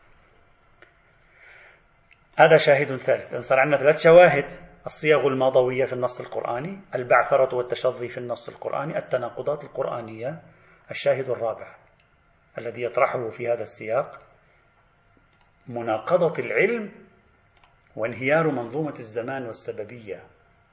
Speaker 1: هذا شاهد ثالث. صار عندنا 3 شواهد: الصيغ الماضوية في النص القرآني، البعثرة والتشظي في النص القرآني، التناقضات القرآنية. الشاهد الرابع الذي يطرحه في هذا السياق مناقضة العلم وانهيار منظومة الزمان والسببية.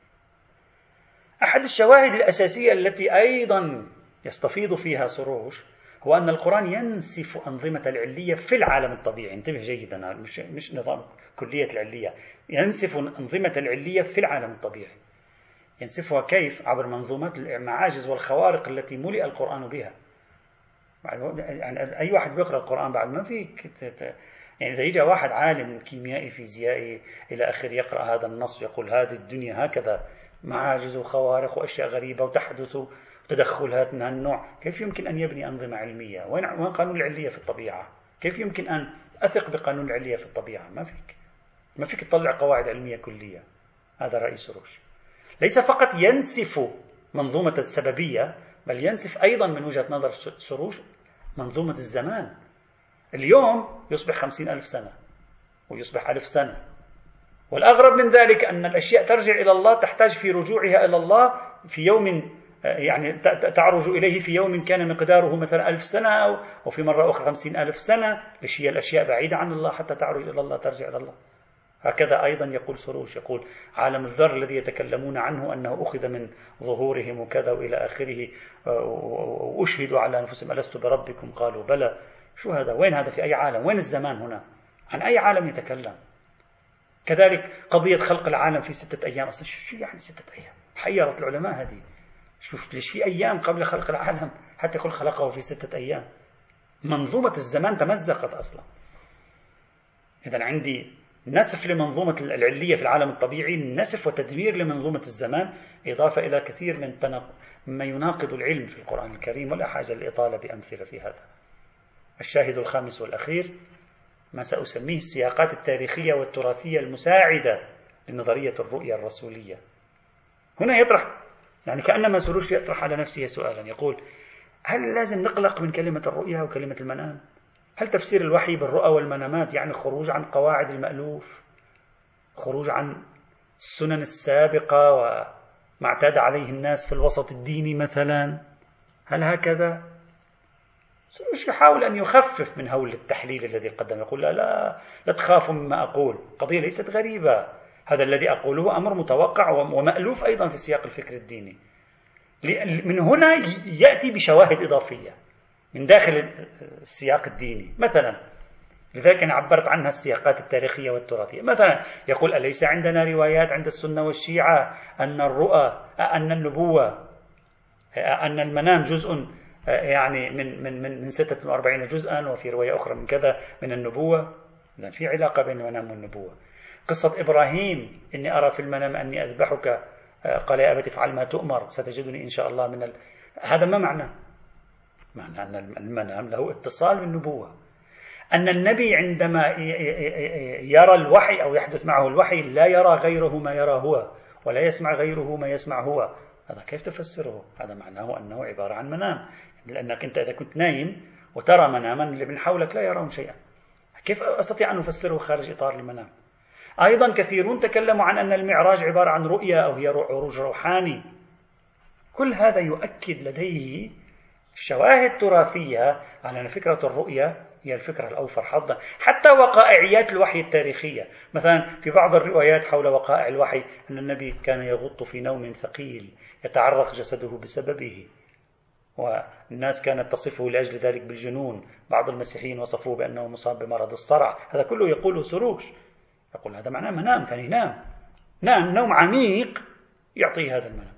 Speaker 1: أحد الشواهد الأساسية التي أيضا يستفيض فيها سروش هو أن القرآن ينسف أنظمة العلية في العالم الطبيعي. انتبه جيدا، مش نظام كلية العلية، ينسف أنظمة العلية في العالم الطبيعي. ينسفها كيف؟ عبر منظومات المعاجز والخوارق التي ملئ القرآن بها. يعني أي واحد بيقرأ القرآن بعد ما فيك يعني إذا يجي واحد عالم كيميائي فيزيائي إلى آخر يقرأ هذا النص يقول هذه الدنيا هكذا معاجز وخوارق وأشياء غريبة وتحدث تدخلات من هالنوع، كيف يمكن أن يبني أنظمة علمية؟ وين قانون العلية في الطبيعة؟ كيف يمكن أن أثق بقانون العلية في الطبيعة؟ ما فيك تطلع قواعد علمية كلية. هذا رأي سروش. ليس فقط ينسف منظومة السببية، بل ينسف أيضا من وجهة نظر سروش منظومة الزمان. اليوم يصبح 50,000 سنة ويصبح 1000 سنة، والأغرب من ذلك أن الأشياء ترجع إلى الله، تحتاج في رجوعها إلى الله في يوم، يعني تعرج إليه في يوم كان مقداره مثلا 1000 سنة أو في مرة أخرى 50,000 سنة. ليش هي الأشياء بعيدة عن الله حتى تعرج إلى الله، ترجع إلى الله. هكذا أيضا يقول سروش، يقول عالم الذر الذي يتكلمون عنه أنه أخذ من ظهورهم وكذا وإلى آخره، وأشهدوا على أنفسهم ألست بربكم قالوا بلى. شو هذا؟ وين هذا؟ في أي عالم؟ وين الزمان هنا؟ عن أي عالم يتكلم؟ كذلك قضية خلق العالم في 6 أيام، أصلا شو يعني 6 أيام؟ حيرت العلماء هذه. شوف ليش في أيام قبل خلق العالم حتى يقول خلقه في 6 أيام؟ منظومة الزمان تمزقت أصلا. إذن عندي نسف لمنظومة العلية في العالم الطبيعي، نسف وتدمير لمنظومة الزمان، إضافة إلى كثير مما يناقض العلم في القرآن الكريم، ولا حاجة للإطالة بأمثلة في هذا. الشاهد الخامس والأخير ما سأسميه السياقات التاريخية والتراثية المساعدة لنظرية الرؤية الرسولية. هنا يطرح، يعني كأنما سروش يطرح على نفسه سؤالا، يقول هل لازم نقلق من كلمة الرؤية وكلمة المنام؟ هل تفسير الوحي بالرؤى والمنامات يعني خروج عن قواعد المألوف، خروج عن السنن السابقة وما اعتاد عليه الناس في الوسط الديني مثلا؟ هل هكذا؟ سروش يحاول أن يخفف من هول التحليل الذي قدم، يقول لا تخافوا مما أقول، قضية ليست غريبة، هذا الذي أقوله أمر متوقع ومألوف أيضا في سياق الفكر الديني. من هنا يأتي بشواهد إضافية من داخل السياق الديني، مثلا لذلك أنا عبرت عنها السياقات التاريخية والتراثية. مثلا يقول أليس عندنا روايات عند السنة والشيعة أن الرؤى، أن النبوة، أن المنام جزء يعني من 46 جزءا، وفي رواية أخرى من كذا من النبوة. إذن في علاقة بين المنام والنبوة. قصة إبراهيم إني أرى في المنام أني أذبحك قال يا أبت افعل ما تؤمر ستجدني إن شاء الله هذا ما معنى أن المنام له اتصال بالنبوة. أن النبي عندما يرى الوحي أو يحدث معه الوحي لا يرى غيره ما يرى هو، ولا يسمع غيره ما يسمع هو. هذا كيف تفسره؟ هذا معناه أنه عبارة عن منام، لأنك أنت إذا كنت نايم وترى مناما اللي من حولك لا يرون شيئا، كيف أستطيع أن أفسره خارج إطار المنام؟ أيضا كثيرون تكلموا عن أن المعراج عبارة عن رؤية أو هي عروج روحاني. كل هذا يؤكد لديه شواهد تراثية على أن فكرة الرؤية هي الفكرة الأوفر حظا. حتى وقائعيات الوحي التاريخية، مثلا في بعض الروايات حول وقائع الوحي أن النبي كان يغط في نوم ثقيل يتعرق جسده بسببه، والناس كانت تصفه لأجل ذلك بالجنون. بعض المسيحيين وصفوه بأنه مصاب بمرض الصرع. هذا كله يقوله سروش، يقول هذا معناه منام، كان ينام، نام نوم عميق يعطيه هذا المنام.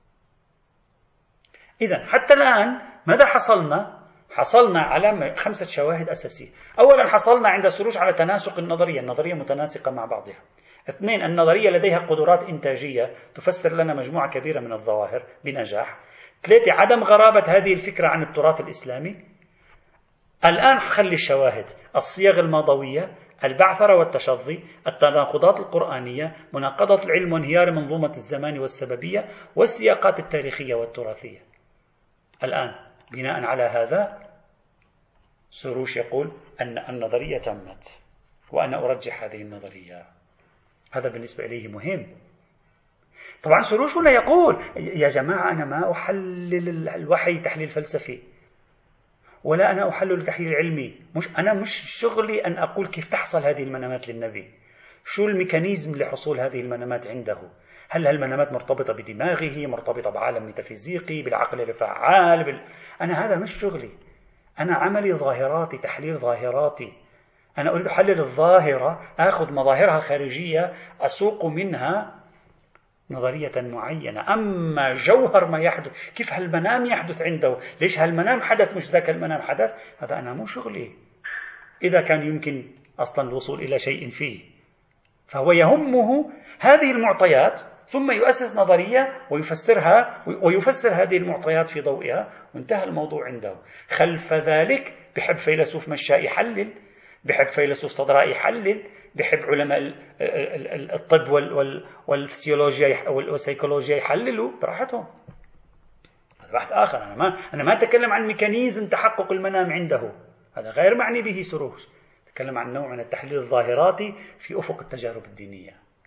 Speaker 1: إذن حتى الآن ماذا حصلنا؟ حصلنا على 5 شواهد أساسية. أولا حصلنا عند سروش على تناسق النظرية متناسقة مع بعضها. 2 النظرية لديها قدرات إنتاجية تفسر لنا مجموعة كبيرة من الظواهر بنجاح. 3 عدم غرابة هذه الفكرة عن التراث الإسلامي. الآن خلي الشواهد: الصيغ الماضوية، البعثرة والتشظي، التناقضات القرآنية، مناقضة العلم وانهيار منظومة الزمان والسببية، والسياقات التاريخية والتراثية. الآن بناء على هذا سروش يقول أن النظرية تمت، وأنا أرجح هذه النظرية. هذا بالنسبة إليه مهم. طبعا سروش هنا يقول يا جماعة أنا ما أحلل الوحي تحليل فلسفي، ولا أنا أحلل تحليل علمي. أنا مش شغلي أن أقول كيف تحصل هذه المنامات للنبي، شو الميكانيزم لحصول هذه المنامات عنده. هل هالمنامات مرتبطة بدماغه، مرتبطة بعالم ميتافيزيقي، بالعقل الفعال؟ أنا هذا مش شغلي. أنا عملي ظاهراتي، تحليل ظاهراتي. أنا أريد أحلل الظاهرة، أخذ مظاهرها الخارجية، أسوق منها نظرية معينة. أما جوهر ما يحدث، كيف هالمنام يحدث عنده، ليش هالمنام حدث مش ذاك المنام حدث، هذا أنا مو شغلي. إذا كان يمكن أصلا الوصول إلى شيء فيه، فهو يهمه هذه المعطيات، ثم يؤسس نظرية ويفسرها ويفسر هذه المعطيات في ضوئها، وانتهى الموضوع عنده. خلف ذلك بحب فيلسوف مشاء يحلل، بحب فيلسوف صدراء يحلل، بحب علماء الطب والفسيولوجيا والسيكولوجيا يحللوا براحتهم. هذا بحث آخر. أنا ما أتكلم عن ميكانيزم تحقق المنام عنده، هذا غير معني به سروش. أتكلم عن نوع من التحليل الظاهراتي في أفق التجارب الدينية.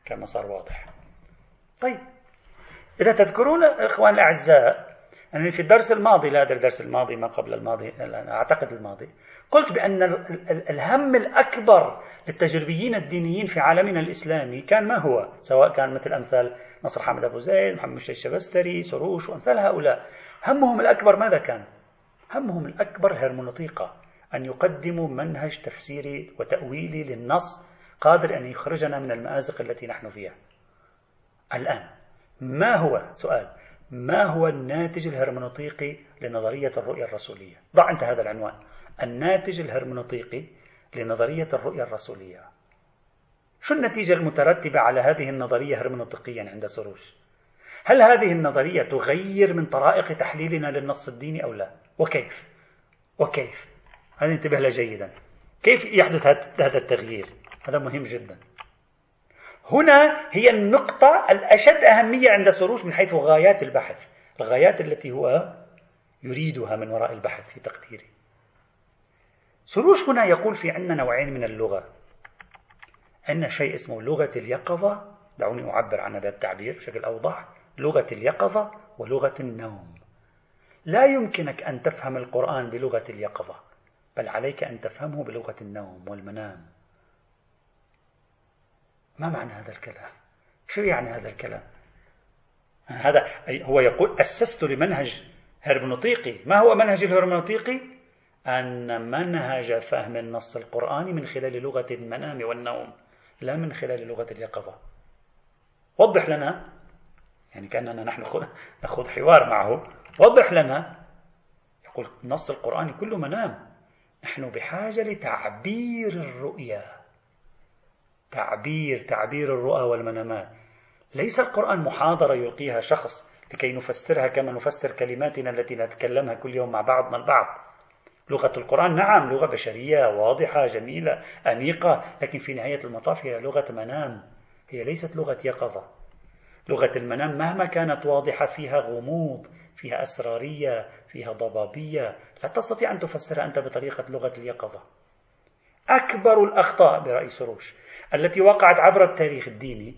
Speaker 1: كما صار واضح. طيب، إذا تذكرون إخوان الأعزاء أنني في الدرس الماضي، لا أدري الدرس الماضي ما قبل الماضي، أعتقد الماضي، قلت بأن الهم الأكبر للتجربيين الدينيين في عالمنا الإسلامي كان ما هو؟ سواء كان مثل أمثال نصر حامد أبو زيد، محمد الشبستري، سروش وأمثال هؤلاء، همهم الأكبر ماذا كان؟ همهم الأكبر هرمنوطيقة، أن يقدموا منهج تفسيري وتأويلي للنص قادر أن يخرجنا من المآزق التي نحن فيها الآن. ما هو الناتج الهرمنوطيقي لنظرية الرؤية الرسولية؟ ضع أنت هذا العنوان، الناتج الهرمنوطيقي لنظرية الرؤية الرسولية. شو النتيجة المترتبة على هذه النظرية هرمنوطيقيا عند سروش؟ هل هذه النظرية تغير من طرائق تحليلنا للنص الديني أو لا؟ وكيف؟ هذا انتبه له جيدا. كيف يحدث هذا التغيير؟ هذا مهم جدا. هنا هي النقطة الأشد أهمية عند سروش من حيث غايات البحث، الغايات التي هو يريدها من وراء البحث في تقديري. سروش هنا يقول في عندنا نوعين من اللغة. عندنا شيء اسمه لغة اليقظة، دعوني أعبر عنها بالتعبير بشكل أوضح، لغة اليقظة ولغة النوم. لا يمكنك أن تفهم القرآن بلغة اليقظة، بل عليك أن تفهمه بلغة النوم والمنام. ما معنى هذا الكلام؟ شو يعني هذا الكلام؟ هذا هو يقول أسست لمنهج هرمنوطيقي. ما هو منهج الهرمنوطيقي؟ أن منهج فهم النص القرآني من خلال لغة المنام والنوم، لا من خلال لغة اليقظة. وضح لنا، يعني كأننا نحن نأخذ حوار معه، وضح لنا. يقول النص القرآني كله منام، نحن بحاجة لتعبير الرؤيا، تعبير الرؤى والمنامات. ليس القرآن محاضرة يلقيها شخص لكي نفسرها كما نفسر كلماتنا التي نتكلمها كل يوم مع بعضنا البعض. لغة القرآن نعم لغة بشرية واضحة جميلة أنيقة، لكن في نهاية المطاف هي لغة منام، هي ليست لغة يقظة. لغة المنام مهما كانت واضحة فيها غموض، فيها أسرارية، فيها ضبابية، لا تستطيع أن تفسرها أنت بطريقة لغة اليقظة. أكبر الأخطاء برأي سروش التي وقعت عبر التاريخ الديني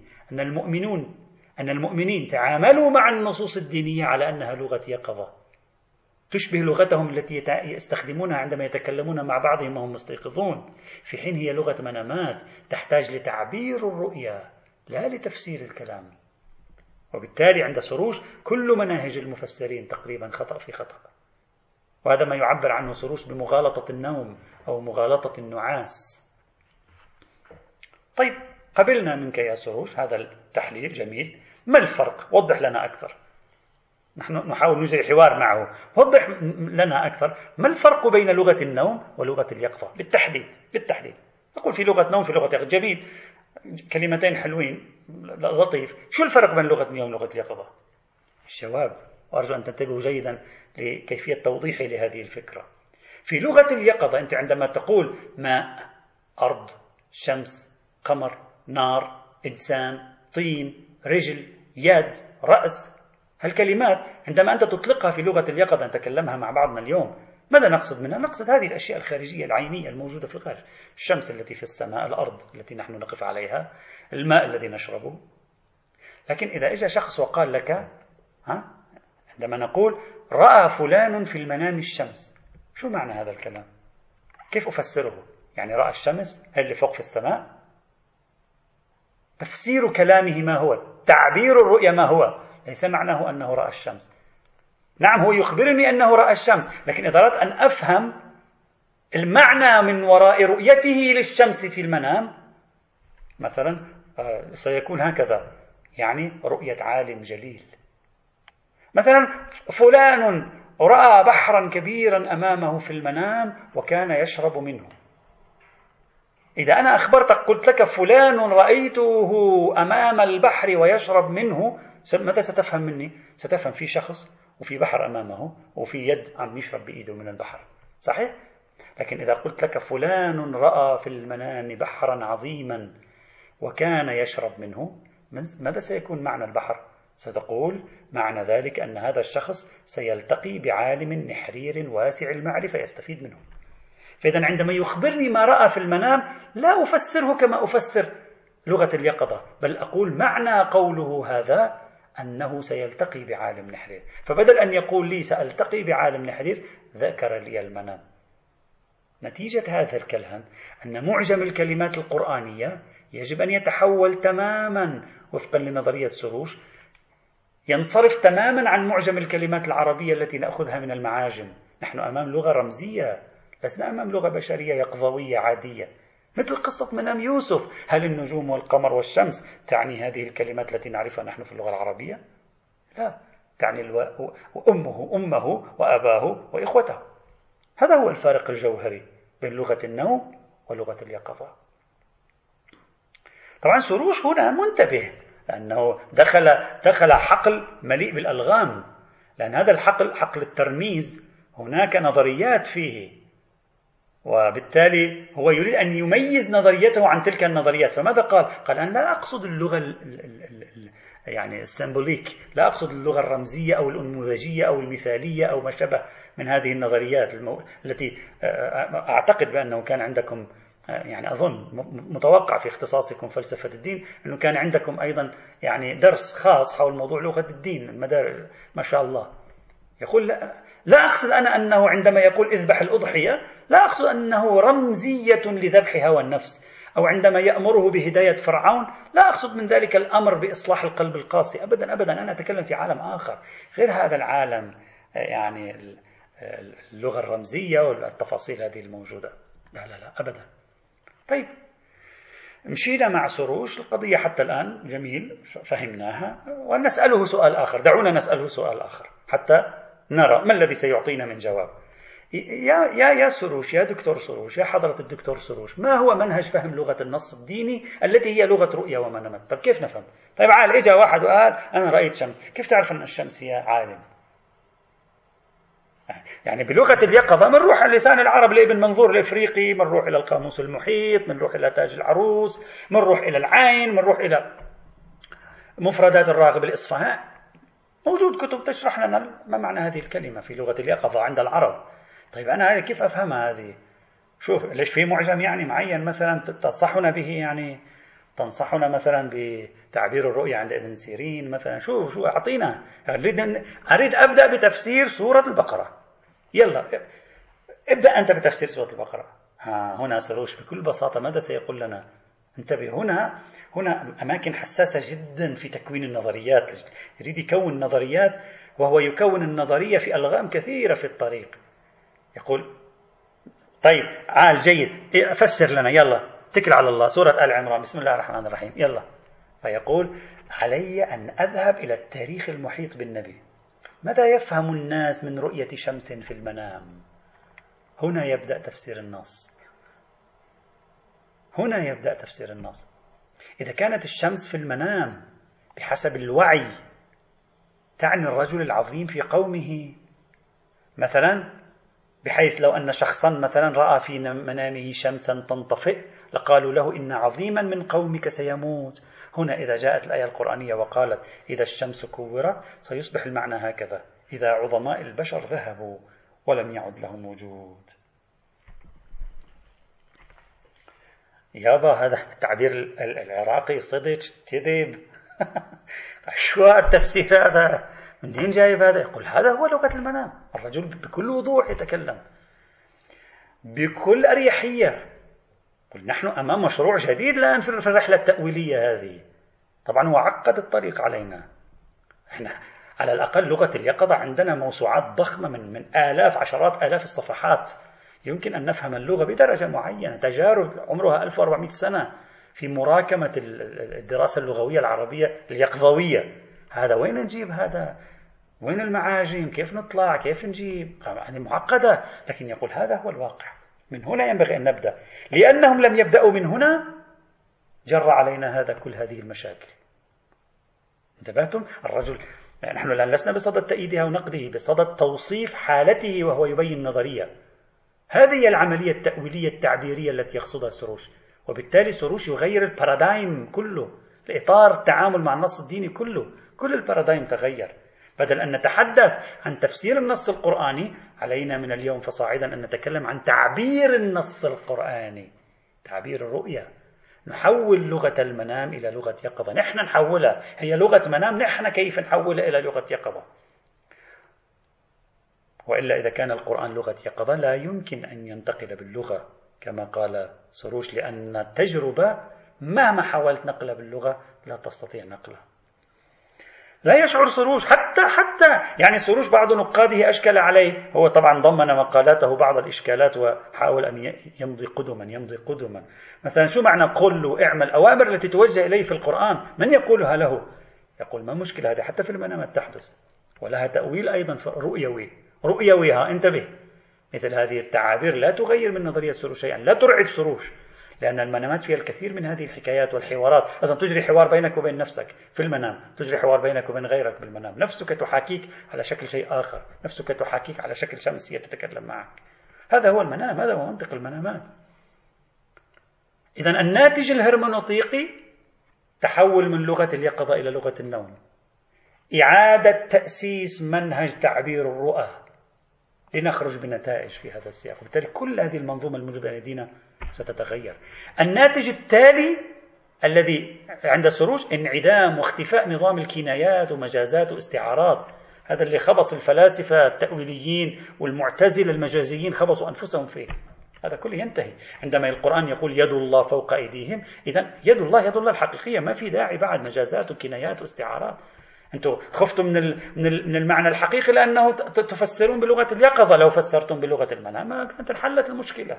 Speaker 1: أن المؤمنين تعاملوا مع النصوص الدينية على أنها لغة يقظة، تشبه لغتهم التي يستخدمونها عندما يتكلمون مع بعضهم وهم مستيقظون، في حين هي لغة منامات تحتاج لتعبير الرؤيا لا لتفسير الكلام. وبالتالي عند سروش كل مناهج المفسرين تقريبا خطأ في خطأ، وهذا ما يعبر عنه سروش بمغالطة النوم أو مغالطة النعاس. طيب، قبلنا منك يا سروش هذا التحليل جميل، ما الفرق؟ وضح لنا أكثر. نحن نحاول نجري حوار معه، وضح لنا أكثر ما الفرق بين لغة النوم ولغة اليقظة بالتحديد. نقول في لغة نوم في لغة يقظة، جميل، كلمتين حلوين لطيف. شو الفرق بين لغة النوم ولغة اليقظة؟ الجواب، وأرجو أن تنتبهوا جيدا لكيفية توضيحي لهذه الفكرة. في لغة اليقظة أنت عندما تقول ماء، أرض، شمس، قمر، نار، إنسان، طين، رجل، يد، رأس، هالكلمات عندما أنت تطلقها في لغة اليقظة نتكلمها مع بعضنا اليوم، ماذا نقصد منها؟ نقصد هذه الأشياء الخارجية العينية الموجودة في الخارج، الشمس التي في السماء، الأرض التي نحن نقف عليها، الماء الذي نشربه. لكن إذا إجا شخص وقال لك عندما نقول رأى فلان في المنام الشمس، شو معنى هذا الكلام؟ كيف أفسره؟ يعني رأى الشمس اللي فوق في السماء؟ تفسير كلامه ما هو؟ تعبير الرؤيا ما هو؟ ليس معناه أنه رأى الشمس. نعم هو يخبرني أنه رأى الشمس، لكن إذا أردت أن أفهم المعنى من وراء رؤيته للشمس في المنام مثلا سيكون هكذا، يعني رؤية عالم جليل. مثلا فلان رأى بحرا كبيرا أمامه في المنام وكان يشرب منه. إذا أنا أخبرتك قلت لك فلان رأيته أمام البحر ويشرب منه، متى ستفهم مني؟ ستفهم في شخص وفي بحر أمامه وفي يد عم يشرب بإيده من البحر، صحيح؟ لكن إذا قلت لك فلان رأى في المنام بحرا عظيما وكان يشرب منه، ماذا سيكون معنى البحر؟ ستقول معنى ذلك أن هذا الشخص سيلتقي بعالم نحرير واسع المعرفة يستفيد منه. فإذا عندما يخبرني ما رأى في المنام لا أفسره كما أفسر لغة اليقظة، بل أقول معنى قوله هذا أنه سيلتقي بعالم نحرير. فبدل أن يقول لي سألتقي بعالم نحرير ذكر لي المنام. نتيجة هذا الكلام أن معجم الكلمات القرآنية يجب أن يتحول تماما وفقا لنظرية سروش، ينصرف تماما عن معجم الكلمات العربية التي نأخذها من المعاجم. نحن أمام لغة رمزية، لسنا أمام لغة بشرية يقظوية عادية، مثل قصة منام يوسف. هل النجوم والقمر والشمس تعني هذه الكلمات التي نعرفها نحن في اللغة العربية؟ لا، تعني أمه وأباه وإخوته. هذا هو الفارق الجوهري بين لغة النوم ولغة اليقظة. طبعا سروش هنا منتبه، لأنه دخل حقل مليء بالألغام، لأن هذا الحقل حقل الترميز هناك نظريات فيه، وبالتالي هو يريد أن يميز نظريته عن تلك النظريات. فماذا قال؟ قال أنا لا أقصد اللغة يعني السيمبوليك، لا أقصد اللغة الرمزية أو الأنموذجية أو المثالية أو ما شابه من هذه النظريات التي أعتقد بأنه كان عندكم، يعني أظن متوقع في اختصاصكم فلسفة الدين أنه كان عندكم أيضا يعني درس خاص حول موضوع لغة الدين، المدارس ما شاء الله. يقول لا أقصد أنا أنه عندما يقول اذبح الأضحية لا أقصد أنه رمزية لذبح هوى النفس، أو عندما يأمره بهداية فرعون لا أقصد من ذلك الأمر بإصلاح القلب القاسي، أبدا أبدا. أنا أتكلم في عالم آخر غير هذا العالم، يعني اللغة الرمزية والتفاصيل هذه الموجودة. لا لا لا أبدا. طيب، مشينا مع سروش القضية حتى الآن جميل، فهمناها، ونسأله سؤال آخر. دعونا نسأله سؤال آخر حتى نرى ما الذي سيعطينا من جواب. يا سروش، يا دكتور سروش، يا حضرة الدكتور سروش، ما هو منهج فهم لغة النص الديني التي هي لغة رؤية ومنامات؟ طيب كيف نفهم؟ طيب عال إجا واحد وقال أنا رأيت شمس، كيف تعرف أن الشمس هي عالم؟ يعني بلغة اليقظة بنروح على لسان العرب لابن منظور الإفريقي، بنروح إلى القاموس المحيط، بنروح إلى تاج العروس، بنروح إلى العين، بنروح إلى مفردات الراغب الإصفهاني. موجود كتب تشرح لنا ما معنى هذه الكلمة في لغة اليقظة عند العرب. طيب أنا كيف أفهمها هذه؟ شوف ليش في معجم يعني معين مثلا تنصحنا به، يعني تنصحنا مثلا بتعبير الرؤية عند ابن سيرين مثلا. شو أعطينا، أريد أبدأ بتفسير سورة البقرة. يلا ابدأ أنت بتفسير سورة البقرة. هنا سروش بكل بساطة ماذا سيقول لنا؟ انتبه، هنا أماكن حساسة جدا في تكوين النظريات. يريد يكون نظريات، وهو يكون النظرية في ألغام كثيرة في الطريق. يقول طيب عال جيد، فسر لنا، يلا اتكل على الله، سورة آل عمران بسم الله الرحمن الرحيم يلا. فيقول علي أن أذهب إلى التاريخ المحيط بالنبي. ماذا يفهم الناس من رؤية شمس في المنام؟ هنا يبدأ تفسير النص. هنا يبدأ تفسير النص. إذا كانت الشمس في المنام بحسب الوعي تعني الرجل العظيم في قومه مثلا، بحيث لو أن شخصا مثلا رأى في منامه شمسا تنطفئ لقالوا له إن عظيما من قومك سيموت. هنا إذا جاءت الآية القرآنية وقالت إذا الشمس كورت سيصبح المعنى هكذا: إذا عظماء البشر ذهبوا ولم يعد لهم وجود. يابا هذا التعبير العراقي صدق كذب. شو التفسير هذا؟ من دين جايب هذا؟ يقول هذا هو لغة المنام. الرجل بكل وضوح يتكلم بكل أريحية. قل نحن أمام مشروع جديد الآن في الرحلة التأويلية هذه. طبعا هو عقد الطريق علينا. احنا على الأقل لغة اليقظة عندنا موسوعات ضخمة من آلاف عشرات آلاف الصفحات يمكن أن نفهم اللغة بدرجة معينة. تجارب عمرها 1400 سنة في مراكمة الدراسة اللغوية العربية اليقظوية. هذا وين نجيب هذا؟ وين المعاجم؟ كيف نطلع؟ كيف نجيب؟ هذه معقدة. لكن يقول هذا هو الواقع، من هنا ينبغي أن نبدأ. لأنهم لم يبدأوا من هنا جر علينا هذا كل هذه المشاكل. انتبهتم؟ الرجل نحن الآن لسنا بصدد تأييدها ونقده، بصدد توصيف حالته وهو يبين نظرية. هذه هي العملية التأويلية التعبيرية التي يقصدها سروش. وبالتالي سروش يغير البارادايم كله، الإطار التعامل مع النص الديني كله، كل البارادايم تغير. بدل أن نتحدث عن تفسير النص القرآني علينا من اليوم فصاعدا أن نتكلم عن تعبير النص القرآني، تعبير الرؤية. نحول لغة المنام إلى لغة يقظة، نحن نحولها، هي لغة منام، نحن كيف نحولها إلى لغة يقظة. وإلا إذا كان القرآن لغة يقظة لا يمكن أن ينتقل باللغة كما قال سروش، لأن التجربة مهما حاولت نقلها باللغة لا تستطيع نقلها. لا يشعر سروش حتى يعني سروش بعض نقاده أشكل عليه، هو طبعا ضمن مقالاته بعض الإشكالات وحاول أن يمضي قدما. مثلا شو معنى قل واعمل، أوامر التي توجه إليه في القرآن من يقولها له؟ يقول ما مشكلة، هذه حتى في المنامات تحدث ولها تأويل أيضا رؤيوي انتبه. مثل هذه التعابير لا تغير من نظرية سروش شيئا، لا ترعب سروش، لأن المنامات فيها الكثير من هذه الحكايات والحوارات. أصلا تجري حوار بينك وبين نفسك في المنام، تجري حوار بينك وبين غيرك بالمنام، نفسك تحاكيك على شكل شيء آخر، نفسك تحاكيك على شكل شمسية تتكلم معك. هذا هو المنام، هذا هو منطق المنامات. إذن الناتج الهرمنوطيقي تحول من لغة اليقظة إلى لغة النوم، إعادة تأسيس منهج تعبير الرؤى لنخرج بنتائج في هذا السياق. وبالتالي كل هذه المنظومة الموجودة لدينا ستتغير. الناتج التالي الذي عند سروش انعدام واختفاء نظام الكنايات ومجازات واستعارات، هذا اللي خبص الفلاسفة التأويليين والمعتزلة المجازيين خبصوا أنفسهم فيه، هذا كله ينتهي عندما القرآن يقول يد الله فوق أيديهم. إذن يد الله الحقيقية، ما في داعي بعد مجازات وكنايات واستعارات. أنتم خفتم من المعنى الحقيقي لأنه تفسرون بلغة اليقظة، لو فسرتم بلغة المنام ما كانت انحلت المشكلة.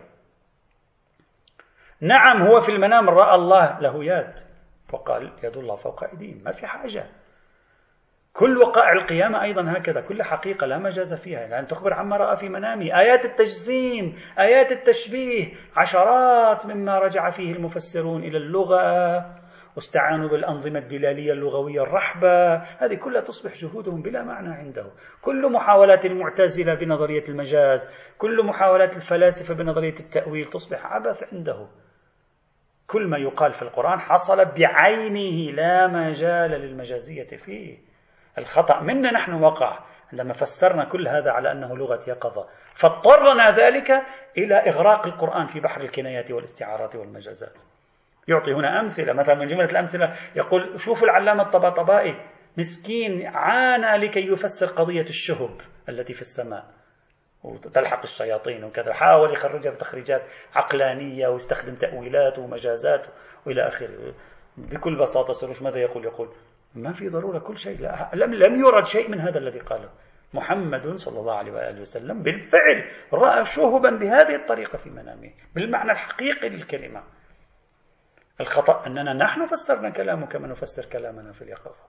Speaker 1: نعم هو في المنام رأى الله له يد وقال يد الله فوق أيديهم، ما في حاجة. كل وقائع القيامة أيضا هكذا، كل حقيقة لا مجاز فيها، لأن تخبر عما رأى في منامه. آيات التجسيم، آيات التشبيه، عشرات مما رجع فيه المفسرون إلى اللغة واستعانوا بالأنظمة الدلالية اللغوية الرحبة، هذه كلها تصبح جهودهم بلا معنى عنده. كل محاولات المعتزلة بنظرية المجاز، كل محاولات الفلاسفة بنظرية التأويل تصبح عبث عنده. كل ما يقال في القرآن حصل بعينه، لا مجال للمجازية فيه. الخطأ منا نحن وقع عندما فسرنا كل هذا على أنه لغة يقظة، فاضطرنا ذلك إلى إغراق القرآن في بحر الكنايات والاستعارات والمجازات. يعطي هنا أمثلة، مثلا من جملة الأمثلة يقول شوفوا العلامة الطباطبائي مسكين عانى لكي يفسر قضية الشهب التي في السماء وتلحق الشياطين وكذا، حاول يخرجها بتخريجات عقلانية ويستخدم تأويلات ومجازات وإلى آخره. بكل بساطة سروش ماذا يقول ما في ضرورة كل شيء، لم يرد شيء من هذا الذي قاله محمد صلى الله عليه وآله وسلم. بالفعل رأى شهبا بهذه الطريقة في منامه بالمعنى الحقيقي للكلمة. الخطأ أننا نحن فسرنا كلامه كما نفسر كلامنا في اليقظة.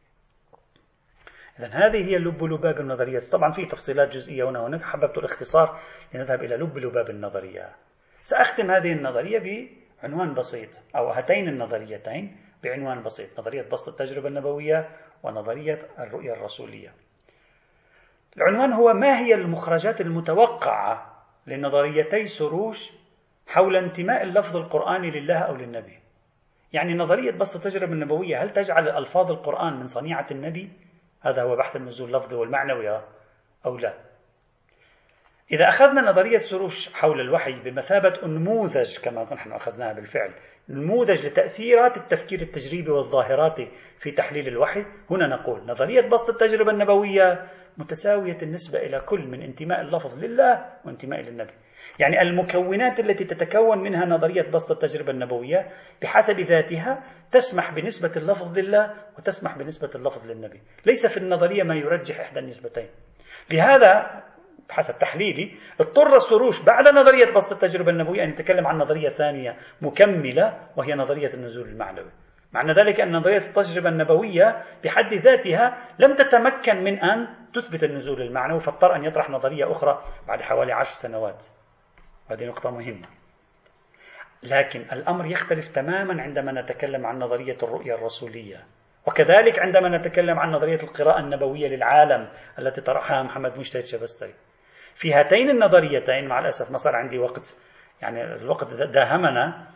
Speaker 1: إذن هذه هي لباب النظرية. طبعا في تفصيلات جزئية هنا وهناك، حببت الاختصار لنذهب إلى لباب النظرية. سأختم هذه النظرية بعنوان بسيط، أو هاتين النظريتين بعنوان بسيط: نظرية بسط التجربة النبوية ونظرية الرؤية الرسولية. العنوان هو: ما هي المخرجات المتوقعة لنظريتي سروش حول انتماء اللفظ القرآني لله أو للنبي؟ يعني نظرية بسط التجربة النبوية هل تجعل ألفاظ القرآن من صنيعة النبي؟ هذا هو بحث النزول اللفظي والمعنوي أو لا؟ إذا أخذنا نظرية سروش حول الوحي بمثابة نموذج كما نحن أخذناها بالفعل، نموذج لتأثيرات التفكير التجريبي والظاهرات في تحليل الوحي، هنا نقول نظرية بسط التجربة النبوية متساوية النسبة إلى كل من انتماء اللفظ لله وانتماء للنبي. يعني المكونات التي تتكون منها نظرية بسط التجربة النبوية بحسب ذاتها تسمح بنسبة اللفظ لله وتسمح بنسبة اللفظ للنبي، ليس في النظرية ما يرجح إحدى النسبتين. لهذا بحسب تحليلي اضطر سروش بعد نظرية بسط التجربة النبوية أن يتكلم عن نظرية ثانية مكملة، وهي نظرية النزول المعنوي. معنى ذلك أن نظرية التجربة النبوية بحد ذاتها لم تتمكن من أن تثبت النزول المعنوي، فاضطر أن يطرح نظرية أخرى بعد حوالي 10 سنوات. هذه نقطة مهمة. لكن الأمر يختلف تماما عندما نتكلم عن نظرية الرؤية الرسولية، وكذلك عندما نتكلم عن نظرية القراءة النبوية للعالم التي طرحها محمد مجتهد شبستري. في هاتين النظريتين مع الأسف ما صار عندي وقت، يعني الوقت داهمنا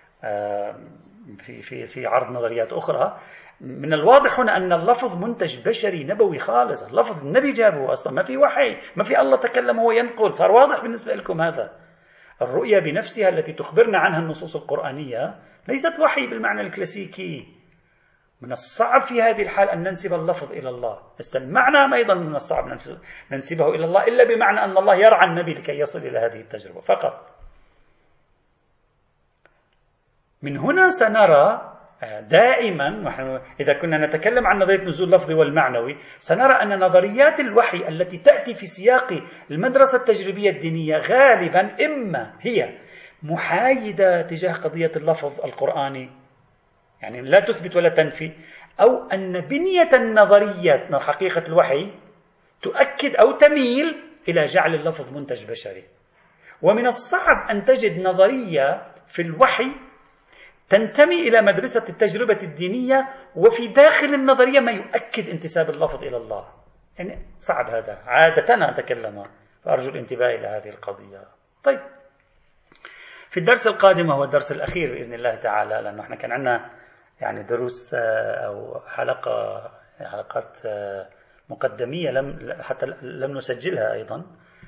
Speaker 1: في عرض نظريات أخرى. من الواضح هنا أن اللفظ منتج بشري نبوي خالص، اللفظ النبي جابه أصلا، ما في وحي، ما في الله تكلم هو ينقل. صار واضح بالنسبة لكم هذا. الرؤية بنفسها التي تخبرنا عنها النصوص القرآنية ليست وحي بالمعنى الكلاسيكي. من الصعب في هذه الحال أن ننسب اللفظ إلى الله، بس المعنى أيضا من الصعب ننسبه إلى الله، إلا بمعنى أن الله يرعى النبي لكي يصل إلى هذه التجربة فقط. من هنا سنرى دائما، إذا كنا نتكلم عن نظرية نزول اللفظ والمعنوي، سنرى أن نظريات الوحي التي تأتي في سياق المدرسة التجريبية الدينية غالبا إما هي محايدة تجاه قضية اللفظ القرآني، يعني لا تثبت ولا تنفي، أو أن بنية النظرية حقيقة الوحي تؤكد أو تميل إلى جعل اللفظ منتج بشري. ومن الصعب أن تجد نظرية في الوحي تنتمي إلى مدرسة التجربة الدينية وفي داخل النظرية ما يؤكد انتساب اللفظ إلى الله. يعني صعب هذا، عادة نتكلم، فأرجو الانتباه إلى هذه القضية. طيب، في الدرس القادم وهو الدرس الأخير بإذن الله تعالى، لأنه احنا كان عندنا يعني دروس أو حلقات مقدمية حتى لم نسجلها أيضا.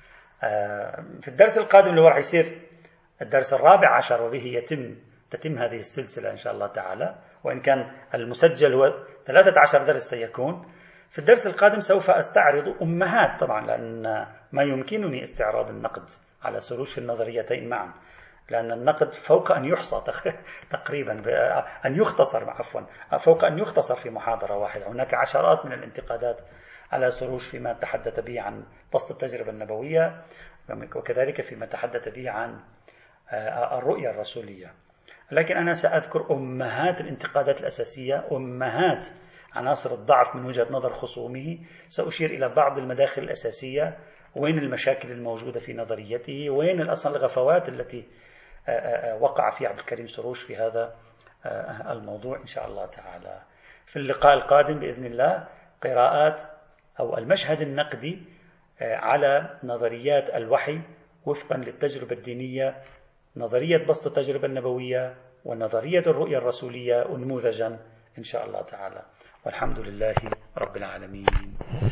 Speaker 1: في الدرس القادم اللي هو راح يصير الدرس 14 وبه تتم هذه السلسلة إن شاء الله تعالى، وإن كان المسجل هو 13 درس سيكون. في الدرس القادم سوف أستعرض أمهات، طبعا لأن ما يمكنني استعراض النقد على سروش في النظريتين معا، لأن النقد فوق أن يحصى تقريبا أن يختصر، عفوا فوق أن يختصر في محاضرة واحدة. هناك عشرات من الانتقادات على سروش فيما تحدث به عن بسط التجربة النبوية، وكذلك فيما تحدث به عن الرؤية الرسولية. لكن أنا سأذكر أمهات الانتقادات الأساسية، أمهات عناصر الضعف من وجهة نظر خصومه. سأشير إلى بعض المداخل الأساسية، وين المشاكل الموجودة في نظريته، وين أصلا الغفوات التي وقع فيها عبد الكريم سروش في هذا الموضوع إن شاء الله تعالى. في اللقاء القادم بإذن الله قراءات أو المشهد النقدي على نظريات الوحي وفقا للتجربة الدينية، نظرية بسط التجربة النبوية ونظرية الرؤية الرسولية نموذجا إن شاء الله تعالى. والحمد لله رب العالمين.